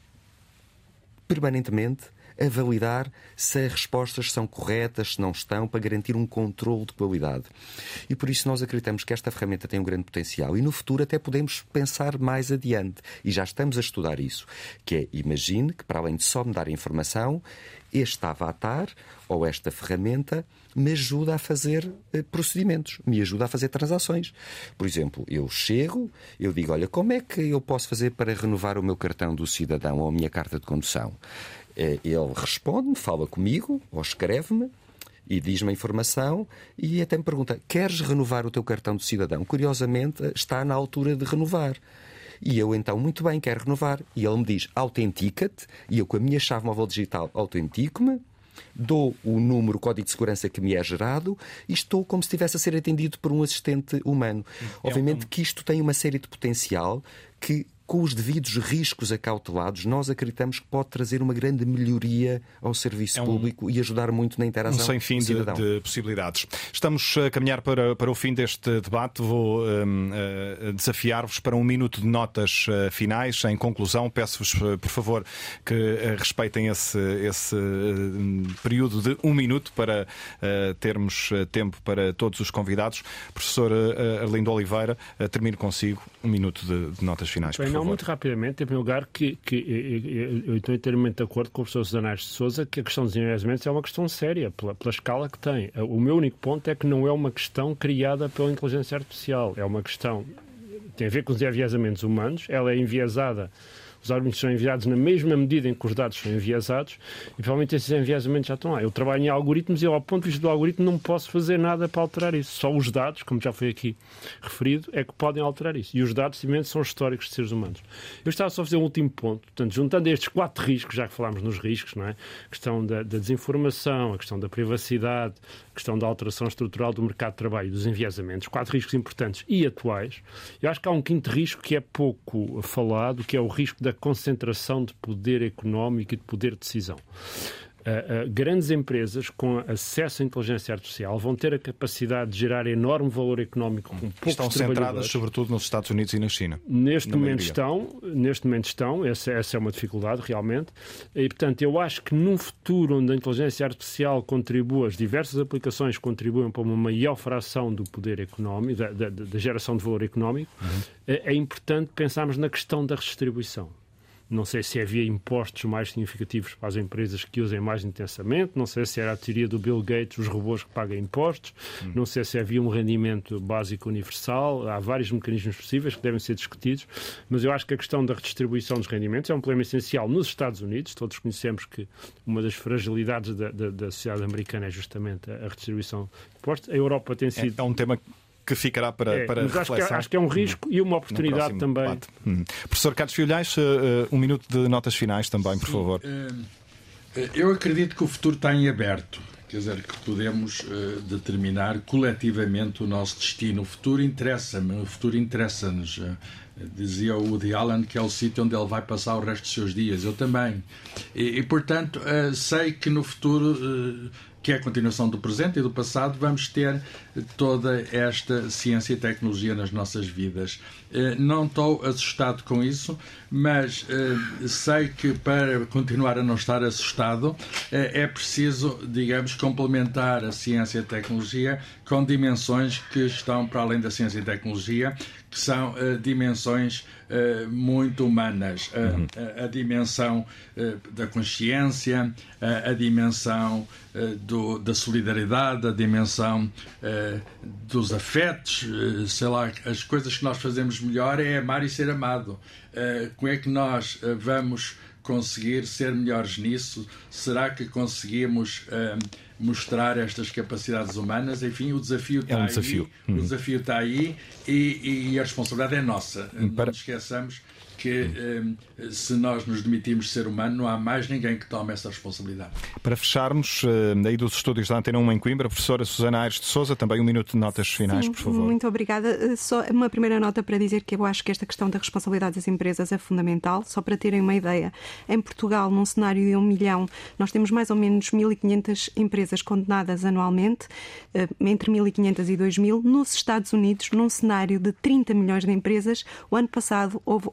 permanentemente a validar se as respostas são corretas, se não estão, para garantir um controle de qualidade. E por isso nós acreditamos que esta ferramenta tem um grande potencial e no futuro até podemos pensar mais adiante. E já estamos a estudar isso. Que é, imagine que para além de só me dar informação, este avatar ou esta ferramenta me ajuda a fazer procedimentos, me ajuda a fazer transações. Por exemplo, eu chego, eu digo, olha, como é que eu posso fazer para renovar o meu cartão do cidadão ou a minha carta de condução? Ele responde-me, fala comigo, ou escreve-me, e diz-me a informação, e até me pergunta, queres renovar o teu cartão de cidadão? Curiosamente, está na altura de renovar. E eu, então, muito bem, quero renovar. E ele me diz, autentica-te, e eu, com a minha chave móvel digital, autentico-me, dou o número, o código de segurança que me é gerado e estou como se estivesse a ser atendido por um assistente humano. Obviamente que isto tem uma série de potencial que, com os devidos riscos acautelados, nós acreditamos que pode trazer uma grande melhoria ao serviço público e ajudar muito na interação sem fim de possibilidades. Estamos a caminhar para o fim deste debate. Vou desafiar-vos para 1 minuto de notas finais. Em conclusão, peço-vos, por favor, que respeitem esse período de 1 minuto para termos tempo para todos os convidados. Professor Arlindo Oliveira, termino consigo. 1 minuto de notas finais. Bem, não, muito rapidamente, em primeiro lugar, que eu estou inteiramente de acordo com o professor Zanardi de Sousa que a questão dos enviesamento é uma questão séria, pela escala que tem. O meu único ponto é que não é uma questão criada pela inteligência artificial. É uma questão, tem a ver com os enviesamentos humanos, ela é enviesada Os algoritmos são enviados na mesma medida em que os dados são enviesados e provavelmente esses enviesamentos já estão lá. Eu trabalho em algoritmos e eu, ao ponto de vista do algoritmo, não posso fazer nada para alterar isso. Só os dados, como já foi aqui referido, é que podem alterar isso. E os dados, simplesmente, são históricos de seres humanos. Eu estava só a fazer um último ponto. Portanto, juntando estes 4 riscos, já que falámos nos riscos, não é? A questão da desinformação, a questão da privacidade, a questão da alteração estrutural do mercado de trabalho e dos enviesamentos, 4 riscos importantes e atuais. Eu acho que há um 5º risco que é pouco falado, que é o risco da concentração de poder económico e de poder de decisão. Grandes empresas com acesso à inteligência artificial vão ter a capacidade de gerar enorme valor económico com poucos Estão centradas sobretudo nos Estados Unidos e na China. Neste momento estão, essa é uma dificuldade realmente, e portanto eu acho que num futuro onde a inteligência artificial contribua, as diversas aplicações contribuem para uma maior fração do poder económico, da geração de valor económico, é importante pensarmos na questão da redistribuição. Não sei se havia impostos mais significativos para as empresas que usem mais intensamente, não sei se era a teoria do Bill Gates, os robôs que pagam impostos, não sei se havia um rendimento básico universal, há vários mecanismos possíveis que devem ser discutidos, mas eu acho que a questão da redistribuição dos rendimentos é um problema essencial nos Estados Unidos. Todos conhecemos que uma das fragilidades da sociedade americana é justamente a redistribuição de impostos. A Europa tem sido... É um tema que ficará para reflexão. Acho que é um risco e uma oportunidade também. Professor Carlos Filhais, 1 minuto de notas finais também, por favor. Eu acredito que o futuro está em aberto. Quer dizer, que podemos determinar coletivamente o nosso destino. O futuro interessa-me, o futuro interessa-nos. Dizia o Woody Allen que é o sítio onde ele vai passar o resto dos seus dias. Eu também. E portanto, sei que no futuro... que é a continuação do presente e do passado, vamos ter toda esta ciência e tecnologia nas nossas vidas. Não estou assustado com isso, mas sei que para continuar a não estar assustado é preciso, digamos, complementar a ciência e a tecnologia com dimensões que estão para além da ciência e tecnologia, que são dimensões muito humanas. A dimensão da consciência, a dimensão da solidariedade, a dimensão dos afetos, sei lá, as coisas que nós fazemos melhor é amar e ser amado. Como é que nós vamos conseguir ser melhores nisso? Será que conseguimos mostrar estas capacidades humanas? Enfim, o desafio está aí. O desafio está aí e a responsabilidade é nossa. Não nos esqueçamos que se nós nos demitirmos de ser humano, não há mais ninguém que tome essa responsabilidade. Para fecharmos, aí dos estúdios da Antena 1 em Coimbra, a professora Susana Aires de Sousa, também 1 minuto de notas finais, por favor. Muito obrigada. Só uma primeira nota para dizer que eu acho que esta questão da responsabilidade das empresas é fundamental. Só para terem uma ideia, em Portugal, num cenário de 1 milhão, nós temos mais ou menos 1.500 empresas condenadas anualmente, entre 1.500 e 2.000. Nos Estados Unidos, num cenário de 30 milhões de empresas, o ano passado houve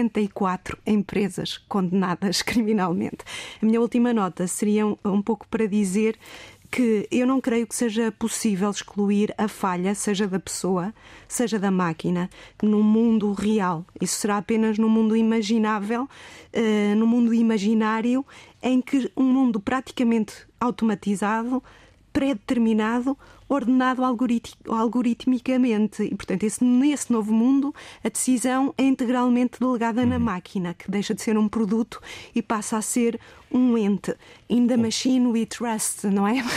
84 empresas condenadas criminalmente. A minha última nota seria um pouco para dizer que eu não creio que seja possível excluir a falha, seja da pessoa, seja da máquina, no mundo real. Isso será apenas no mundo imaginável, no mundo imaginário, em que um mundo praticamente automatizado, pré-determinado, ordenado algoritmicamente. E, portanto, nesse novo mundo, a decisão é integralmente delegada na máquina, que deixa de ser um produto e passa a ser um ente. In the machine we trust, não é?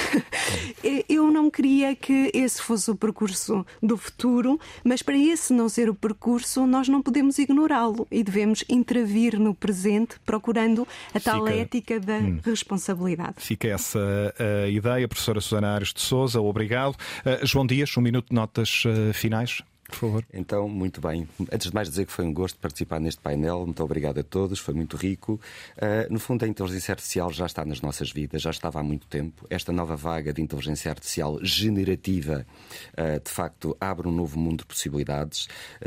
Eu não queria que esse fosse o percurso do futuro, mas para esse não ser o percurso, nós não podemos ignorá-lo e devemos intervir no presente, procurando a tal ética da responsabilidade. Fica essa ideia, professora Susana Aires de Sousa, obrigado. João Dias, 1 minuto de notas finais, por favor. Então, muito bem. Antes de mais dizer que foi um gosto participar neste painel. Muito obrigado a todos, foi muito rico. No fundo, a inteligência artificial já está nas nossas vidas, já estava há muito tempo. Esta nova vaga de inteligência artificial generativa, de facto, abre um novo mundo de possibilidades.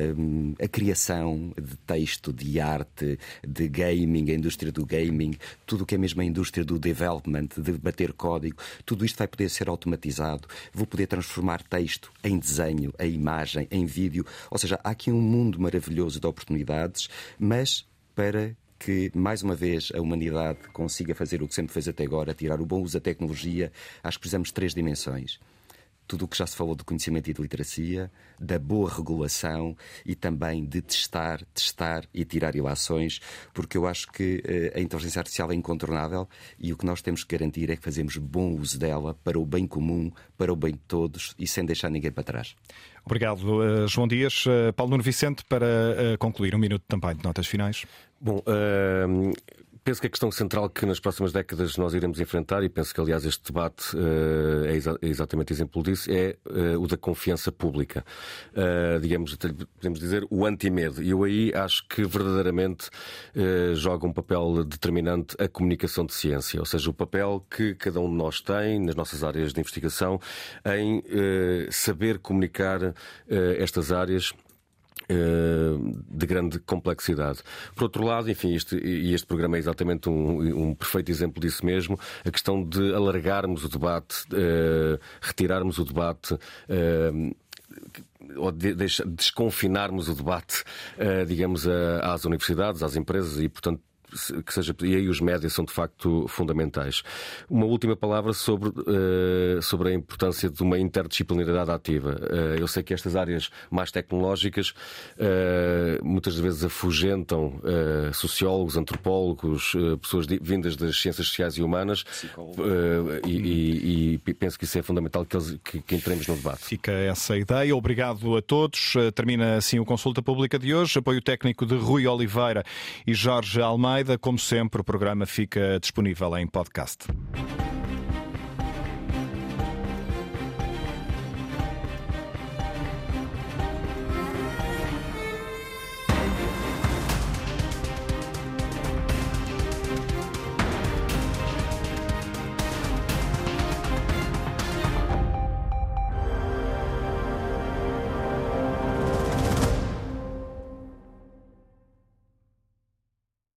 A criação de texto, de arte, de gaming, a indústria do gaming, tudo o que é mesmo a indústria do development, de bater código, tudo isto vai poder ser automatizado. Vou poder transformar texto em desenho, em imagem, em vídeo, ou seja, há aqui um mundo maravilhoso de oportunidades, mas para que, mais uma vez, a humanidade consiga fazer o que sempre fez até agora, tirar o bom uso da tecnologia, acho que precisamos de 3 dimensões. tudo o que já se falou do conhecimento e de literacia, da boa regulação e também de testar e tirar ilações, porque eu acho que a inteligência artificial é incontornável e o que nós temos que garantir é que fazemos bom uso dela para o bem comum, para o bem de todos e sem deixar ninguém para trás. Obrigado, João Dias. Paulo Nuno Vicente, para concluir, 1 minuto também de notas finais. Bom, penso que a questão central que nas próximas décadas nós iremos enfrentar, e penso que aliás este debate é exatamente exemplo disso, é o da confiança pública. Digamos, podemos dizer, o anti-medo. E eu aí acho que verdadeiramente joga um papel determinante a comunicação de ciência, ou seja, o papel que cada um de nós tem nas nossas áreas de investigação em saber comunicar estas áreas de grande complexidade. Por outro lado, enfim, este programa é exatamente um perfeito exemplo disso mesmo, a questão de alargarmos o debate, retirarmos o debate, ou desconfinarmos o debate, digamos, às universidades, às empresas e, portanto, e aí os médias são de facto fundamentais. Uma última palavra sobre a importância de uma interdisciplinaridade ativa. Eu sei que estas áreas mais tecnológicas muitas vezes afugentam sociólogos, antropólogos, pessoas vindas das ciências sociais e humanas, e penso que isso é fundamental que entremos no debate. Fica essa ideia. Obrigado a todos. Termina assim o Consulta Pública de hoje. Apoio técnico de Rui Oliveira e Jorge Almeida. Como sempre, o programa fica disponível em podcast.